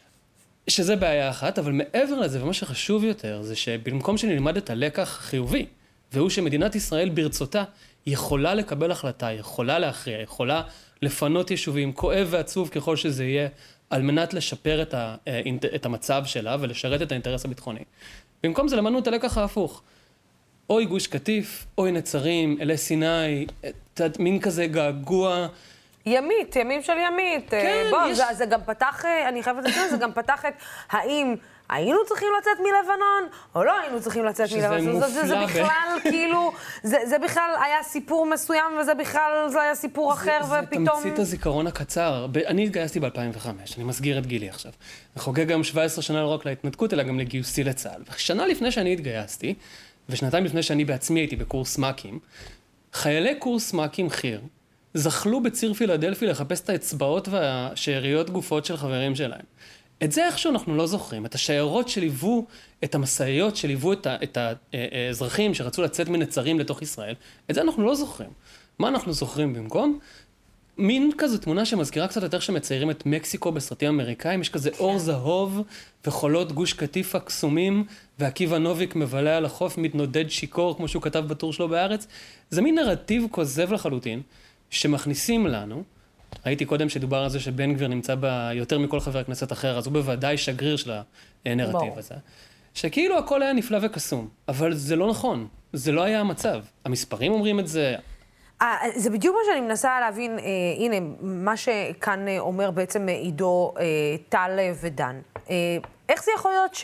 שזה בעיה אחת, אבל מעבר לזה, ומה שחשוב יותר, זה שבמקום שנלמד את הלקח חיובי, והוא שמדינת ישראל ברצותה יכולה לקבל החלטה, יכולה להכריע, יכולה לפנות יישובים, כואב ועצוב ככל שזה יהיה, על מנת לשפר את, ה, את המצב שלה ולשרת את האינטרס הביטחוני. במקום זה למדנו את הלקח ההפוך. אוי גוש קטיף, אוי נצרים, אלי סיני, את מין כזה געגוע. ימית, ימים של ימית. כן, בוא, יש... זה, זה גם פתח, אני חייבת לציין, זה גם פתח את האם היינו צריכים לצאת מלבנון, או לא היינו צריכים לצאת מלבנון. זה, זה, זה בכלל, כאילו, זה, זה בכלל היה סיפור מסוים, וזה בכלל, זה היה סיפור אחר, זה, ופתאום... זה תמצית הזיכרון הקצר. אני התגייסתי ב-אלפיים וחמש, אני מסגיר את גילי עכשיו. אני חוגג גם שבע עשרה שנה לא רק להתנתקות, אלא גם לגיוסי לצה"ל. שנה לפני שאני התגייסתי, ושנתיים לפני שאני בעצמי הייתי בקורס מקים, חיילי קורס מקים חיר זחלו בציר פילדלפי לחפש את האצבעות והשאריות גופות של חברים שלהם. את זה איכשהו אנחנו לא זוכרים. את השיירות שליוו, את המסעיות שליוו את, ה, את האזרחים שרצו לצאת מנצרים לתוך ישראל, את זה אנחנו לא זוכרים. מה אנחנו זוכרים במקום? מין כזו תמונה שמזכירה קצת יותר שמציירים את מקסיקו בסרטים אמריקאים, יש כזה אור זהוב וחולות גוש קטיף הקסומים, ועקיבא נוביק מבלה על החוף מתנודד שיקור, כמו שהוא כתב בטור שלו בארץ. זה מין נרטיב כוזב לחלוטין, שמכניסים לנו, ראיתי קודם שדובר על זה שבן גביר נמצא בה יותר מכל חבר הכנסת אחר, אז הוא בוודאי שגריר של הנרטיב הזה. שכאילו הכל היה נפלא וקסום, אבל זה לא נכון, זה לא היה המצב. המספרים אומרים את זה... זה בדיוק מה שאני מנסה להבין, הנה, מה שכאן אומר בעצם עידו, טל ודן. איך זה יכול להיות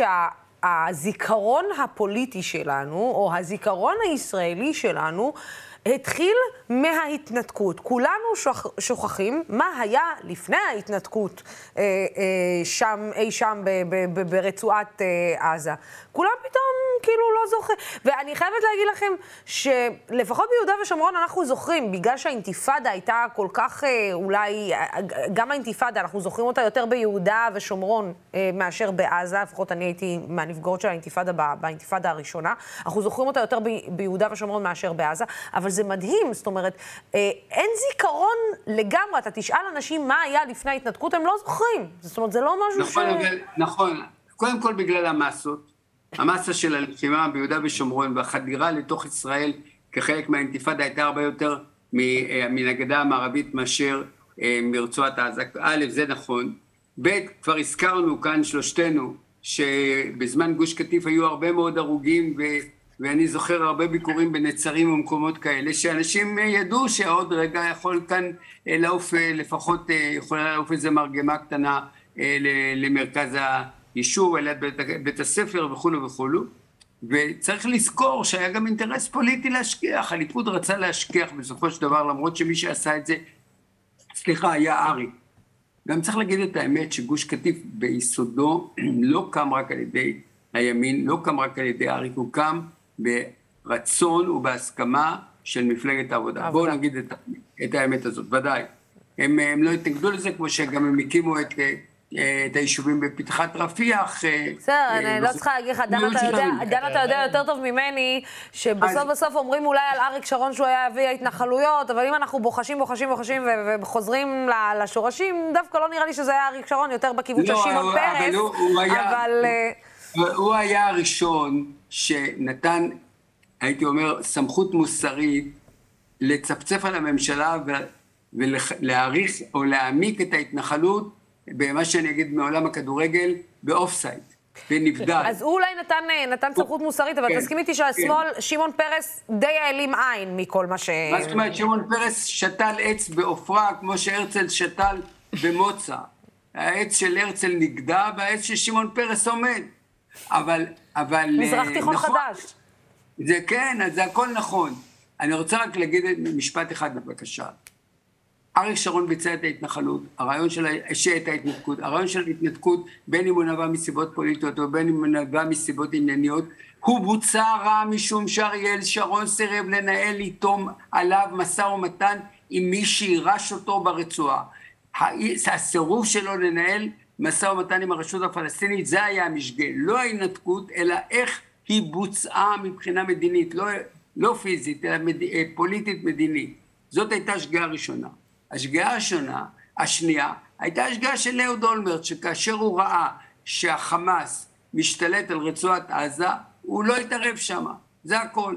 שהזיכרון הפוליטי שלנו, או הזיכרון הישראלי שלנו, התחיל מההתנתקות. כולנו שוכחים מה היה לפני ההתנתקות שם, אי שם ברצועת עזה. כולם פתאום כאילו לא זוכרים. ואני חייבת להגיד לכם שלפחות ביהודה ושומרון אנחנו זוכרים, בגלל שהאינתיפאדה הייתה כל כך, אולי, גם האינתיפאדה, אנחנו זוכרים אותה יותר ביהודה ושומרון מאשר בעזה, לפחות אני הייתי מהנפגעות של האינתיפאדה באינתיפאדה הראשונה, אנחנו זוכרים אותה יותר ביהודה ושומרון מאשר בעזה, אבל זה מדהים, זאת אומרת, אין זיכרון לגמרי, אתה תשאל אנשים מה היה לפני ההתנתקות, הם לא זוכרים. זאת אומרת, זה לא משהו נכון, ש... אבל, נכון, קודם כל בגלל המסות, המסה של הלחימה ביהודה ושומרון והחדירה לתוך ישראל כחלק מהאינתיפאדה הייתה הרבה יותר מן הגדה המערבית מאשר מרצועת עזה. א', זה נכון. ב', כבר הזכרנו כאן שלושתנו שבזמן גוש קטיף היו הרבה מאוד הרוגים ו... ואני זוכר הרבה ביקורים בנצרים ומקומות כאלה, שאנשים ידעו שעוד רגע יכול כאן לעוף, לפחות יכולה לעוף איזה מרגמה קטנה למרכז היישוב, ליד בית, בית הספר וכו' וכו'. וצריך לזכור שהיה גם אינטרס פוליטי להשכיח, הליכוד רצה להשכיח בסופו של דבר, למרות שמי שעשה את זה, סליחה, היה אריק. גם צריך להגיד את האמת שגוש קטיף ביסודו לא קם רק על ידי הימין, לא קם רק על ידי אריק, הוא קם ברצון ובהסכמה של מפלגת העבודה. בואו נגיד את, את האמת הזאת, ודאי. הם, הם לא התנגדו לזה, כמו שגם הם הקימו את, את היישובים בפתחת רפיח. בסדר, אני לא צריכה להגיד לך, דן אתה יודע, דן אתה יודע יותר טוב ממני, שבסוף בסוף אומרים אולי על אריק שרון שהוא היה אבי ההתנחלויות, אבל אם אנחנו בוחשים, בוחשים, בוחשים וחוזרים לשורשים, דווקא לא נראה לי שזה היה אריק שרון, יותר בכיוון של שמעון פרס, אבל... הוא היה הראשון שנתן, הייתי אומר, סמכות מוסרית לצפצף על הממשלה ולהעריך או להעמיק את ההתנחלות במה שאני אגיד מעולם הכדורגל, באופסייד, ונבדל. אז הוא אולי נתן, נתן סמכות מוסרית, אבל תסכים איתי שהשמאל, שמעון פרס די העלים עין מכל מה ש... מה זאת אומרת, שמעון פרס שתל עץ באופרה, כמו שהרצל שתל במוצא. העץ של הרצל נגדע, והעץ של שמעון פרס עומד. אבל, אבל... מזרח תיכון נכון, חדש. זה כן, זה הכל נכון. אני רוצה רק להגיד משפט אחד בבקשה. אריק שרון ביצע את ההתנחלות, הרעיון של את ההתנתקות, הרעיון של ההתנתקות, בין אם הוא נבע מסיבות פוליטיות או בין אם הוא נבע מסיבות ענייניות, הוא בוצע רע משום שאריאל שרון סירב לנהל איתו עליו משא ומתן עם מי שירש אותו ברצועה. הסירוב שלו לנהל משא ומתן עם הרשות הפלסטינית, זה היה המשגה, לא ההתנתקות, אלא איך היא בוצעה מבחינה מדינית, לא, לא פיזית, אלא מד... פוליטית מדינית. זאת הייתה השגאה הראשונה. השגאה השונה, השנייה, הייתה השגאה של אהוד אולמרט, שכאשר הוא ראה שהחמאס משתלט על רצועת עזה, הוא לא התערב שם, זה הכל.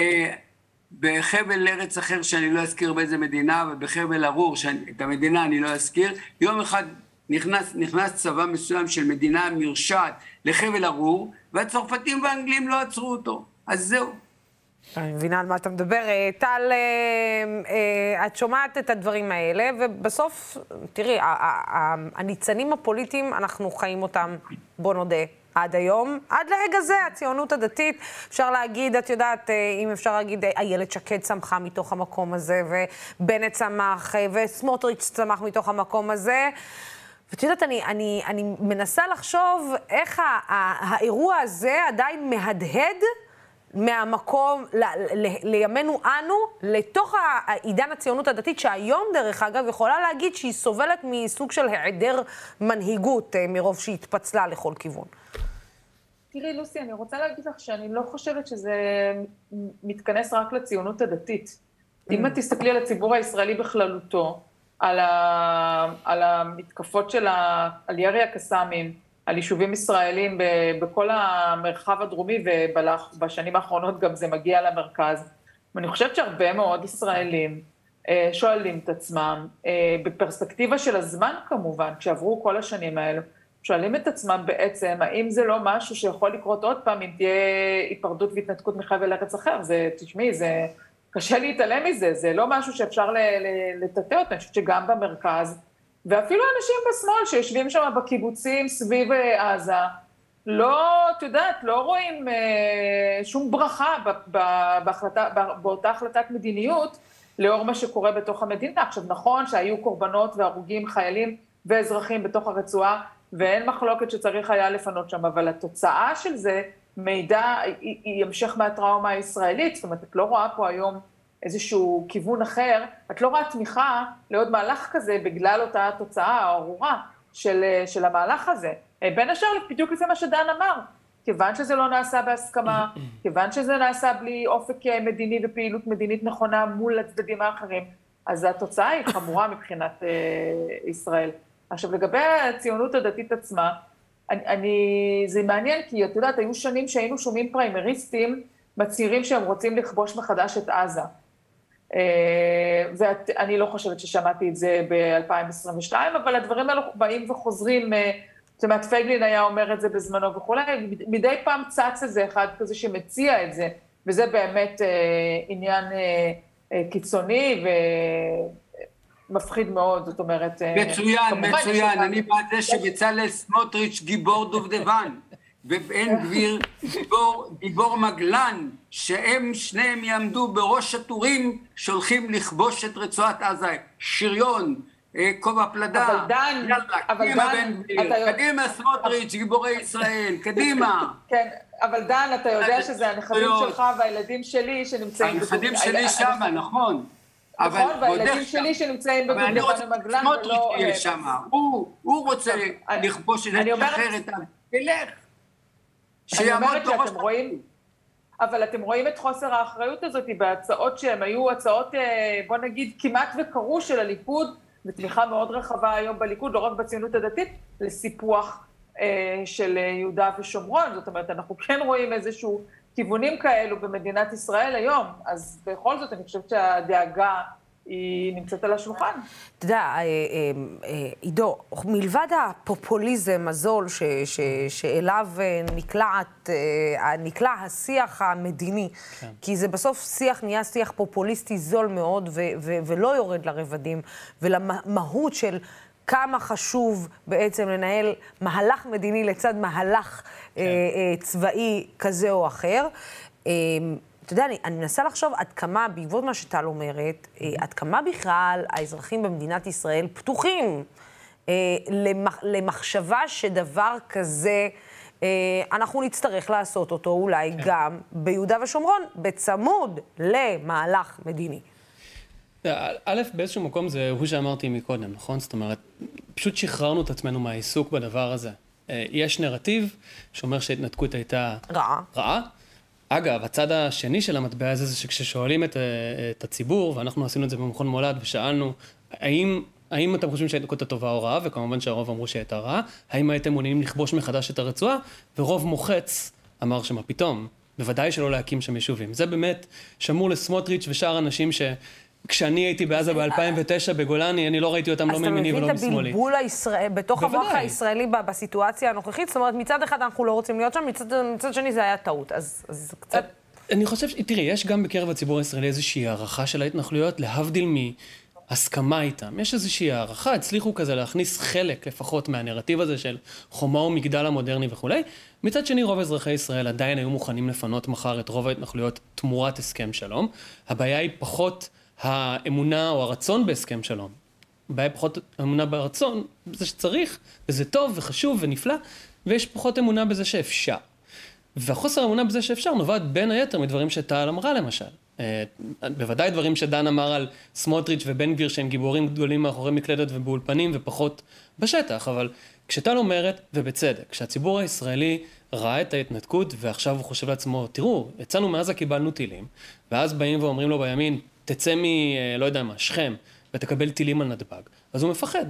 בחבל ארץ אחר שאני לא אזכיר באיזה מדינה, ובחבל ארור, את המדינה אני לא אזכיר, יום אחד נכנס, נכנס צבא מסוים של מדינה מרשעת לחבל ארור, והצרפתים והאנגלים לא עצרו אותו. אז זהו. אני מבינה על מה אתה מדבר. טל, את שומעת את הדברים האלה, ובסוף, תראי, הניצנים הפוליטיים, אנחנו חיים אותם, בוא נודה, עד היום. עד לרגע זה, הציונות הדתית, אפשר להגיד, את יודעת, אם אפשר להגיד, איילת שקד צמחה מתוך המקום הזה, ובנט צמח, וסמוטריץ' צמח מתוך המקום הזה. ואת יודעת, אני, אני, אני מנסה לחשוב איך האירוע הזה עדיין מהדהד מהמקום, ל, ל, לימינו אנו, לתוך העידן הציונות הדתית, שהיום דרך אגב יכולה להגיד שהיא סובלת מסוג של היעדר מנהיגות, מרוב שהיא התפצלה לכל כיוון. תראי, לוסי, אני רוצה להגיד לך שאני לא חושבת שזה מתכנס רק לציונות הדתית. אם את תסתכלי על הציבור הישראלי בכללותו, על, ה, על המתקפות של ה, על ירי הקסאמים, על יישובים ישראלים בכל המרחב הדרומי, ובשנים האחרונות גם זה מגיע למרכז. ואני חושבת שהרבה מאוד ישראלים שואלים את עצמם, בפרספקטיבה של הזמן כמובן, כשעברו כל השנים האלו, שואלים את עצמם בעצם, האם זה לא משהו שיכול לקרות עוד פעם, אם תהיה היפרדות והתנתקות מחבל ארץ אחר? זה, תשמעי, זה קשה להתעלם מזה, זה לא משהו שאפשר לטאטא אותו, אני חושבת שגם במרכז, ואפילו אנשים בשמאל שיושבים שם בקיבוצים סביב עזה, לא, את יודעת, לא רואים אה, שום ברכה בהחלטה, באותה החלטת מדיניות, לאור מה שקורה בתוך המדינה. עכשיו נכון שהיו קורבנות והרוגים, חיילים ואזרחים בתוך הרצועה, ואין מחלוקת שצריך היה לפנות שם, אבל התוצאה של זה מידע, היא, היא המשך מהטראומה הישראלית, זאת אומרת, את לא רואה פה היום איזשהו כיוון אחר, את לא רואה תמיכה לעוד מהלך כזה בגלל אותה תוצאה הארורה של, של המהלך הזה. בין השאר, בדיוק לפי מה שדן אמר, כיוון שזה לא נעשה בהסכמה, כיוון שזה נעשה בלי אופק מדיני ופעילות מדינית נכונה מול הצדדים האחרים, אז התוצאה היא חמורה מבחינת אה, ישראל. עכשיו, לגבי הציונות הדתית עצמה, אני, אני, זה מעניין, כי את יודעת, היו שנים שהיינו שומעים פריימריסטים מצהירים שהם רוצים לכבוש מחדש את עזה. ואני לא חושבת ששמעתי את זה ב-אלפיים עשרים ושתיים, אבל הדברים האלו באים וחוזרים, זאת אומרת, פייגלין היה אומר את זה בזמנו וכו', מדי פעם צץ איזה אחד כזה שמציע את זה, וזה באמת עניין קיצוני ומפחיד מאוד, זאת אומרת... מצוין, מצוין, אני בעד זה שבצלאל סמוטריץ' גיבור דובדבן, ובן גביר גיבור, גיבור מגלן, שהם שניהם יעמדו בראש הטורים שהולכים לכבוש את רצועת עזה, שריון, כובע פלדה, אבל דן, יאללה, אבל קדימה דן, בן גביר, קדימה סמוטריץ', גיבורי ישראל, קדימה. כן, אבל דן, אתה יודע שזה הנכדים שלך והילדים שלי שנמצאים... הנכדים שלי שמה, נכון. נכון, והילדים שלי שנמצאים בדובדבן ומגלן, סמוטריץ' תהיה שמה, הוא רוצה לכבוש את זה אחרת, תלך. אני אומרת שאתם רואים, אבל אתם רואים את חוסר האחריות הזאת בהצעות שהן היו הצעות, בוא נגיד, כמעט וקרו של הליכוד, ותמיכה מאוד רחבה היום בליכוד, לא רק בציונות הדתית, לסיפוח של יהודה ושומרון. זאת אומרת, אנחנו כן רואים איזשהו כיוונים כאלו במדינת ישראל היום, אז בכל זאת אני חושבת שהדאגה היא נמצאת על השולחן. אתה יודע, עידו, מלבד הפופוליזם הזול ש, ש, שאליו נקלעת, נקלע השיח המדיני, כן. כי זה בסוף שיח נהיה שיח פופוליסטי זול מאוד ו, ו, ולא יורד לרבדים ולמהות של כמה חשוב בעצם לנהל מהלך מדיני לצד מהלך כן. צבאי כזה או אחר. אתה יודע, אני, אני מנסה לחשוב עד כמה, בעקבות מה שטל אומרת, אה, עד כמה בכלל האזרחים במדינת ישראל פתוחים אה, למח, למחשבה שדבר כזה, אה, אנחנו נצטרך לעשות אותו אולי כן. גם ביהודה ושומרון, בצמוד למהלך מדיני. א', באיזשהו מקום זה הוא שאמרתי מקודם, נכון? זאת אומרת, פשוט שחררנו את עצמנו מהעיסוק בדבר הזה. אה, יש נרטיב שאומר שההתנתקות הייתה רעה. רעה. אגב, הצד השני של המטבע הזה זה שכששואלים את, את הציבור, ואנחנו עשינו את זה במכון מולד ושאלנו, האם, האם אתם חושבים שההתנתקות הטובה או רעה, וכמובן שהרוב אמרו שהייתה רעה, האם הייתם מעוניינים לכבוש מחדש את הרצועה, ורוב מוחץ אמר שמה פתאום, בוודאי שלא להקים שם יישובים. זה באמת שמור לסמוטריץ' ושאר אנשים ש... כשאני הייתי בעזה ב-אלפיים ותשע בגולני, אני לא ראיתי אותם לא מימיני ולא משמאלי. אז אתה מבין את הבלבול הישראל, בתוך המוח הישראלי בסיטואציה הנוכחית? זאת אומרת, מצד אחד אנחנו לא רוצים להיות שם, מצד שני זה היה טעות, אז קצת... אני חושב, תראי, יש גם בקרב הציבור הישראלי איזושהי הערכה של ההתנחלויות, להבדיל מהסכמה איתם. יש איזושהי הערכה, הצליחו כזה להכניס חלק לפחות מהנרטיב הזה של חומה ומגדל המודרני וכו'. מצד שני, רוב אזרחי ישראל עדיין היו מוכנים לפנות מחר את רוב ההתנחלויות תמורת הסכם שלום. הבעיה היא פחות האמונה או הרצון בהסכם שלום. הבעיה פחות אמונה ברצון, בזה שצריך, וזה טוב וחשוב ונפלא, ויש פחות אמונה בזה שאפשר. והחוסר אמונה בזה שאפשר נובעת בין היתר מדברים שטל אמרה למשל. בוודאי דברים שדן אמר על סמוטריץ' ובן גביר שהם גיבורים גדולים מאחורי מקלדת ובאולפנים ופחות בשטח, אבל כשטל אומרת, ובצדק, כשהציבור הישראלי ראה את ההתנתקות ועכשיו הוא חושב לעצמו, תראו, יצאנו מעזה קיבלנו טילים, ואז באים ואומרים לו בימין, תצא מ... לא יודע מה, שכם, ותקבל טילים על נתב"ג. אז הוא מפחד.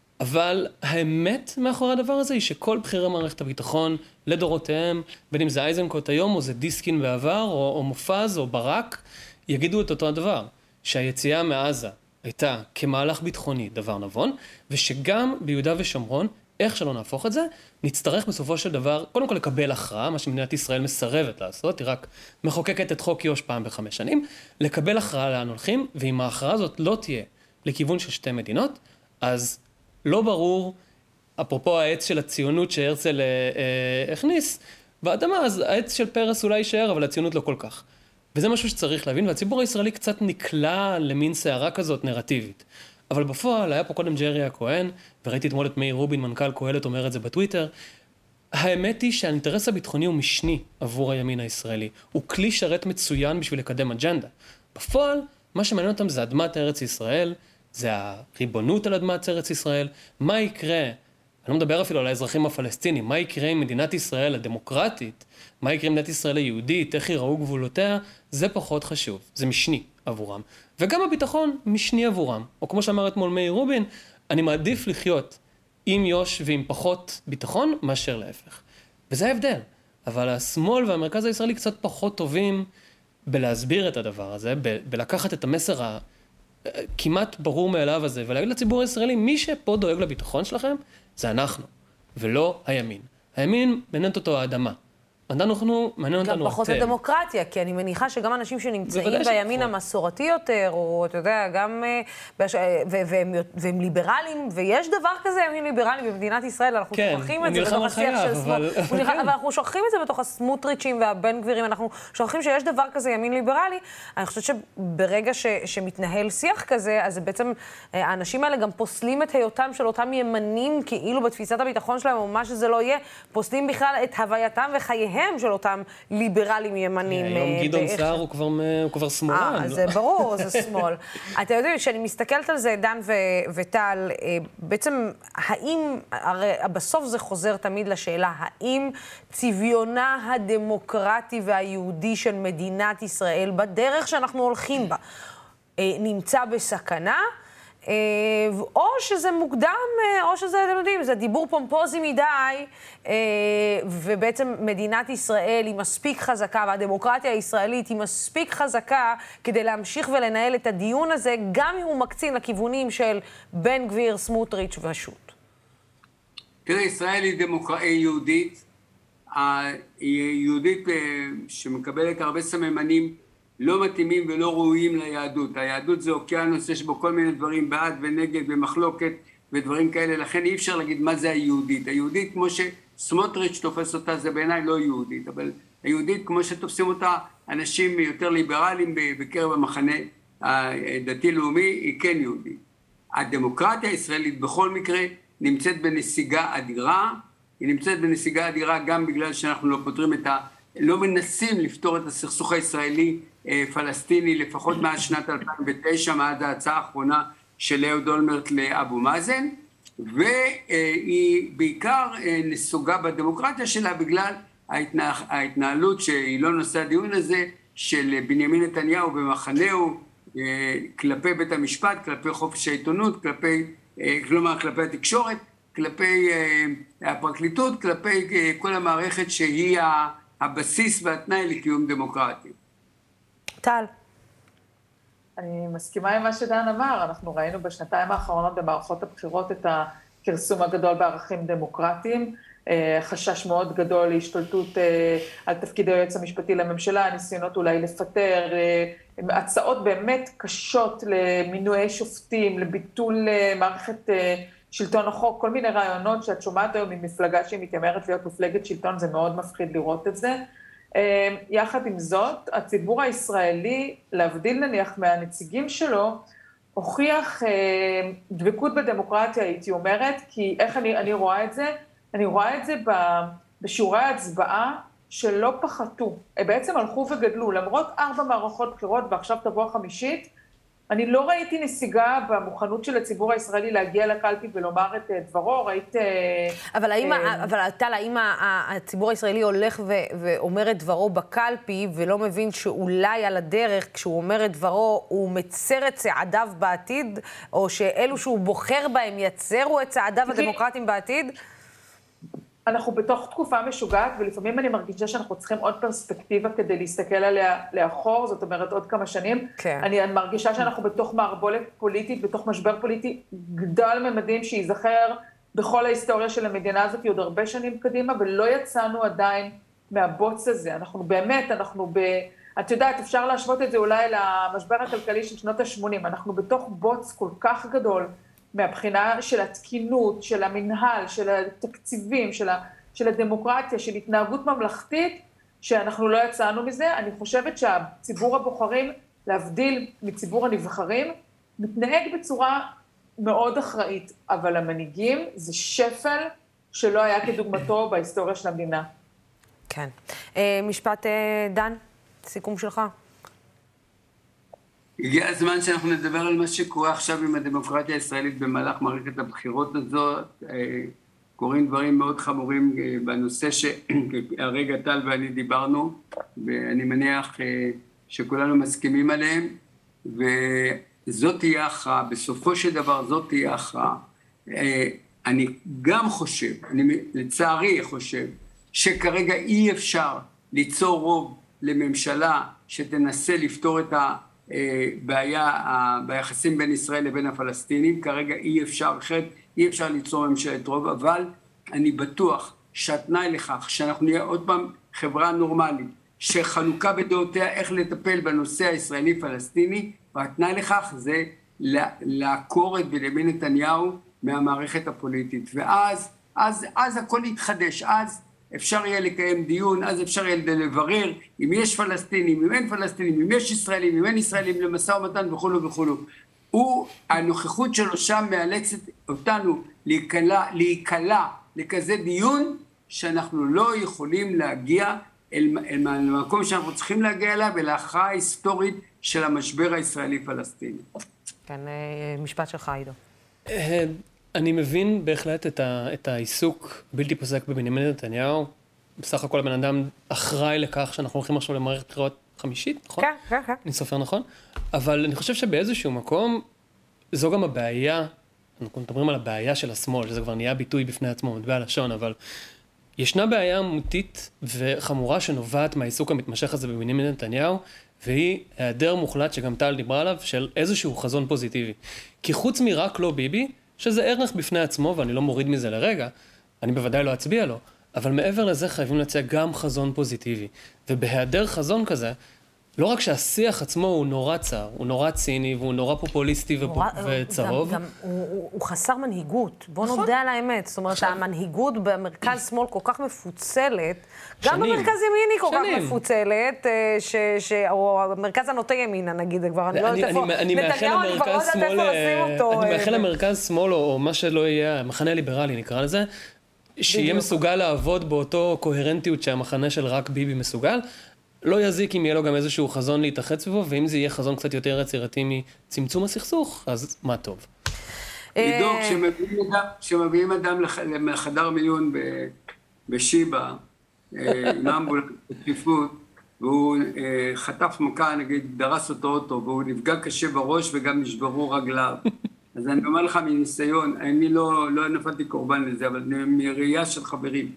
אבל האמת מאחורי הדבר הזה היא שכל בכירי מערכת הביטחון לדורותיהם, בין אם זה אייזנקוט היום, או זה דיסקין בעבר, או, או מופז, או ברק, יגידו את אותו הדבר. שהיציאה מעזה הייתה כמהלך ביטחוני דבר נבון, ושגם ביהודה ושומרון, איך שלא נהפוך את זה, נצטרך בסופו של דבר, קודם כל לקבל הכרעה, מה שמדינת ישראל מסרבת לעשות, היא רק מחוקקת את חוק יו"ש פעם בחמש שנים, לקבל הכרעה לאן הולכים, ואם ההכרעה הזאת לא תהיה לכיוון של שתי מדינות, אז לא ברור, אפרופו העץ של הציונות שהרצל אה, אה, הכניס, באדמה, אז העץ של פרס אולי יישאר, אבל הציונות לא כל כך. וזה משהו שצריך להבין, והציבור הישראלי קצת נקלע למין שערה כזאת נרטיבית. אבל בפועל היה פה קודם ג'רי הכהן, וראיתי אתמול את מאיר רובין, מנכ"ל קהלת, אומר את זה בטוויטר, האמת היא שהאינטרס הביטחוני הוא משני עבור הימין הישראלי. הוא כלי שרת מצוין בשביל לקדם אג'נדה. בפועל, מה שמעניין אותם זה אדמת ארץ ישראל, זה הריבונות על אדמת ארץ ישראל. מה יקרה, אני לא מדבר אפילו על האזרחים הפלסטינים, מה יקרה עם מדינת ישראל הדמוקרטית, מה יקרה עם מדינת ישראל היהודית, איך יראו גבולותיה, זה פחות חשוב, זה משני עבורם. וגם הביטחון משני עבורם. או כמו שאמר אתמול מאיר רובין, אני מעדיף לחיות עם יוש ועם פחות ביטחון מאשר להפך. וזה ההבדל. אבל השמאל והמרכז הישראלי קצת פחות טובים בלהסביר את הדבר הזה, ב- בלקחת את המסר הכמעט ברור מאליו הזה, ולהגיד לציבור הישראלי, מי שפה דואג לביטחון שלכם, זה אנחנו, ולא הימין. הימין מעניינת אותו האדמה. אנחנו, מעניין אותנו אתם. גם פחות הדמוקרטיה, כי אני מניחה שגם אנשים שנמצאים בימין המסורתי יותר, או אתה יודע, גם, והם ליברליים, ויש דבר כזה ימין ליברלי במדינת ישראל, אנחנו שוכחים את זה בתוך השיח של שמאל. אבל אנחנו שוכחים את זה בתוך הסמוטריצ'ים והבן גבירים, אנחנו שוכחים שיש דבר כזה ימין ליברלי. אני חושבת שברגע שמתנהל שיח כזה, אז בעצם האנשים האלה גם פוסלים את היותם של אותם ימנים, כאילו בתפיסת הביטחון שלהם, או מה שזה לא יהיה, פוסלים בכלל את הווייתם וחייהם של אותם ליברלים ימנים. היום גדעון סער הוא כבר שמאלן. זה ברור, זה שמאל. אתה יודע, כשאני מסתכלת על זה, דן וטל, בעצם האם, הרי בסוף זה חוזר תמיד לשאלה, האם צביונה הדמוקרטי והיהודי של מדינת ישראל, בדרך שאנחנו הולכים בה, נמצא בסכנה? או שזה מוקדם, או שזה, אתם יודעים, זה דיבור פומפוזי מדי, ובעצם מדינת ישראל היא מספיק חזקה, והדמוקרטיה הישראלית היא מספיק חזקה כדי להמשיך ולנהל את הדיון הזה, גם אם הוא מקצין לכיוונים של בן גביר, סמוטריץ' ושות'. תראה, ישראל היא דמוקרטיה יהודית, היא יהודית שמקבלת הרבה סממנים, לא מתאימים ולא ראויים ליהדות. היהדות זה אוקיינוס, יש בו כל מיני דברים בעד ונגד ומחלוקת ודברים כאלה, לכן אי אפשר להגיד מה זה היהודית. היהודית, כמו שסמוטריץ' תופס אותה, זה בעיניי לא יהודית, אבל היהודית, כמו שתופסים אותה אנשים יותר ליברליים בקרב המחנה הדתי-לאומי, היא כן יהודית. הדמוקרטיה הישראלית בכל מקרה נמצאת בנסיגה אדירה, היא נמצאת בנסיגה אדירה גם בגלל שאנחנו לא פותרים את ה... לא מנסים לפתור את הסכסוך הישראלי פלסטיני, לפחות מאז שנת אלפיים ותשע, מאז ההצעה האחרונה של אהוד אולמרט לאבו מאזן, והיא בעיקר נסוגה בדמוקרטיה שלה בגלל ההתנה... ההתנהלות שהיא לא נושא הדיון הזה, של בנימין נתניהו במחנהו, כלפי בית המשפט, כלפי חופש העיתונות, כלפי, כלומר כלפי התקשורת, כלפי הפרקליטות, כלפי כל המערכת שהיא הבסיס והתנאי לקיום דמוקרטי. טל. אני מסכימה עם מה שדן אמר, אנחנו ראינו בשנתיים האחרונות במערכות הבחירות את הכרסום הגדול בערכים דמוקרטיים, חשש מאוד גדול להשתלטות על תפקיד היועץ המשפטי לממשלה, הניסיונות אולי לפטר, הצעות באמת קשות למינויי שופטים, לביטול מערכת שלטון החוק, כל מיני רעיונות שאת שומעת היום ממפלגה שהיא מתיימרת להיות מפלגת שלטון, זה מאוד מפחיד לראות את זה. יחד עם זאת, הציבור הישראלי, להבדיל נניח מהנציגים שלו, הוכיח דבקות בדמוקרטיה, הייתי אומרת, כי איך אני, אני רואה את זה? אני רואה את זה בשיעורי ההצבעה שלא פחתו, הם בעצם הלכו וגדלו, למרות ארבע מערכות בחירות ועכשיו תבוא החמישית, אני לא ראיתי נסיגה במוכנות של הציבור הישראלי להגיע לקלפי ולומר את דברו, ראית... אבל האם, אבל טל, האם הציבור הישראלי הולך ואומר את דברו בקלפי ולא מבין שאולי על הדרך, כשהוא אומר את דברו, הוא מצר את צעדיו בעתיד, או שאלו שהוא בוחר בהם יצרו את צעדיו הדמוקרטיים בעתיד? אנחנו בתוך תקופה משוגעת, ולפעמים אני מרגישה שאנחנו צריכים עוד פרספקטיבה כדי להסתכל עליה לאחור, זאת אומרת עוד כמה שנים. כן. אני מרגישה שאנחנו בתוך מערבולת פוליטית, בתוך משבר פוליטי גדול ממדים שיזכר בכל ההיסטוריה של המדינה הזאת עוד הרבה שנים קדימה, ולא יצאנו עדיין מהבוץ הזה. אנחנו באמת, אנחנו ב... את יודעת, אפשר להשוות את זה אולי למשבר הכלכלי של שנות ה-שמונים. אנחנו בתוך בוץ כל כך גדול, מהבחינה של התקינות, של המנהל, של התקציבים, של, ה, של הדמוקרטיה, של התנהגות ממלכתית, שאנחנו לא יצאנו מזה. אני חושבת שהציבור הבוחרים, להבדיל מציבור הנבחרים, מתנהג בצורה מאוד אחראית, אבל המנהיגים זה שפל שלא היה כדוגמתו בהיסטוריה של המדינה. כן. משפט דן, סיכום שלך. הגיע הזמן שאנחנו נדבר על מה שקורה עכשיו עם הדמוקרטיה הישראלית במהלך מערכת הבחירות הזאת. קורים דברים מאוד חמורים בנושא שהרגע טל ואני דיברנו, ואני מניח שכולנו מסכימים עליהם, וזאת תהיה הכרעה, בסופו של דבר זאת תהיה הכרעה. אני גם חושב, אני לצערי חושב, שכרגע אי אפשר ליצור רוב לממשלה שתנסה לפתור את הבעיה ביחסים בין ישראל לבין הפלסטינים, כרגע אי אפשר, אחרת אי אפשר ליצור ממשלת רוב, אבל אני בטוח שהתנאי לכך שאנחנו נהיה עוד פעם חברה נורמלית, שחלוקה בדעותיה איך לטפל בנושא הישראלי-פלסטיני, והתנאי לכך זה לעקור את בנימין נתניהו מהמערכת הפוליטית, ואז אז, אז הכל יתחדש, אז אפשר יהיה לקיים דיון, אז אפשר יהיה לברר אם יש פלסטינים, אם אין פלסטינים, אם יש ישראלים, אם אין ישראלים, למשא ומתן וכו' וכו'. הוא, הנוכחות שלו שם מאלצת אותנו להיקלע, להיקלע לכזה דיון שאנחנו לא יכולים להגיע אל, אל המקום שאנחנו צריכים להגיע אליו, ולהכרעה ההיסטורית של המשבר הישראלי-פלסטיני. כן, משפט שלך, עידו. אני מבין בהחלט את, ה, את העיסוק בלתי פוסק בבנימין נתניהו. בסך הכל הבן אדם אחראי לכך שאנחנו הולכים עכשיו למערכת בחירות חמישית, נכון? כן, כן, כן. אני סופר נכון. אבל אני חושב שבאיזשהו מקום, זו גם הבעיה, אנחנו מדברים על הבעיה של השמאל, שזה כבר נהיה ביטוי בפני עצמו, מטבע הלשון, אבל ישנה בעיה אמיתית וחמורה שנובעת מהעיסוק המתמשך הזה בבנימין נתניהו, והיא היעדר מוחלט שגם טל דיברה עליו, של איזשהו חזון פוזיטיבי. כי חוץ מרק לא ביבי, שזה ערך בפני עצמו, ואני לא מוריד מזה לרגע, אני בוודאי לא אצביע לו, אבל מעבר לזה חייבים להציע גם חזון פוזיטיבי. ובהיעדר חזון כזה, לא רק שהשיח עצמו הוא נורא צר, הוא נורא ציני, והוא נורא פופוליסטי נורא, וצהוב. גם, גם הוא, הוא, הוא חסר מנהיגות. בוא נכון. נודה על האמת. זאת אומרת, עכשיו... המנהיגות במרכז שמאל כל כך מפוצלת, שנים. גם במרכז ימיני כל שנים. כך מפוצלת, ש, ש, או המרכז הנוטה ימינה, נגיד, כבר אני, אני לא יודעת איפה, נתניהו, אני כבר לא יודעת איפה לשים אותו. אני מאחל למרכז שמאל, או מה שלא יהיה, המחנה ליברלי נקרא לזה, שיהיה מסוגל לעבוד באותו קוהרנטיות שהמחנה של רק ביבי מסוגל, לא יזיק אם יהיה לו גם איזשהו חזון להתאחד סביבו, ואם זה יהיה חזון קצת יותר יצירתי מצמצום הסכסוך, אז מה טוב. עידו, כשמביאים אדם לחדר מיון בשיבא, עם אמבולנס בדחיפות, והוא חטף מכה, נגיד, דרס אותו אוטו, והוא נפגע קשה בראש וגם נשברו רגליו. אז אני אומר לך מניסיון, אני לא, לא נפלתי קורבן לזה, אבל מראייה של חברים,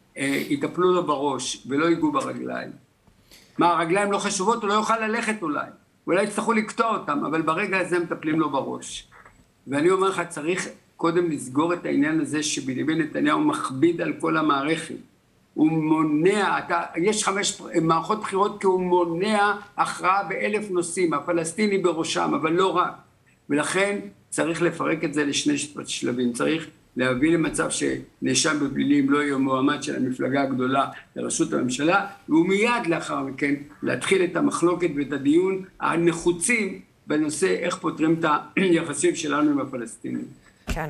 יטפלו לו בראש ולא ייגעו ברגליים. מה, הרגליים לא חשובות, הוא לא יוכל ללכת אולי. אולי יצטרכו לקטוע אותם, אבל ברגע הזה הם מטפלים לו בראש. ואני אומר לך, צריך קודם לסגור את העניין הזה שבנימין נתניהו מכביד על כל המערכת. הוא מונע, אתה, יש חמש מערכות בחירות כי הוא מונע הכרעה באלף נושאים, הפלסטיני בראשם, אבל לא רק. ולכן צריך לפרק את זה לשני שלבים. צריך להביא למצב שנאשם בפלילים לא יהיה מועמד של המפלגה הגדולה לראשות הממשלה, ומיד לאחר מכן להתחיל את המחלוקת ואת הדיון הנחוצים בנושא איך פותרים את היחסים שלנו עם הפלסטינים. כן.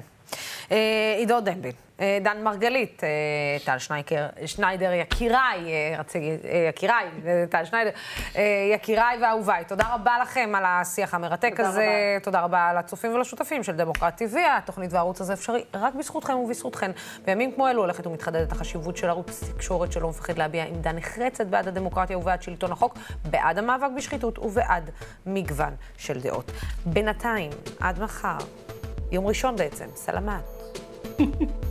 עידו דנביל, דן מרגלית, טל שניידר, יקיריי, יקיריי, טל שניידר, יקיריי ואהוביי. תודה רבה לכם על השיח המרתק הזה. תודה רבה לצופים ולשותפים של דמוקרט טי וי. התוכנית והערוץ הזה אפשרי רק בזכותכם ובזכותכן. בימים כמו אלו הולכת ומתחדדת החשיבות של ערוץ תקשורת שלא מפחד להביע עמדה נחרצת בעד הדמוקרטיה ובעד שלטון החוק, בעד המאבק בשחיתות ובעד מגוון של דעות. בינתיים, עד מחר, יום ראשון בעצם, סלמת.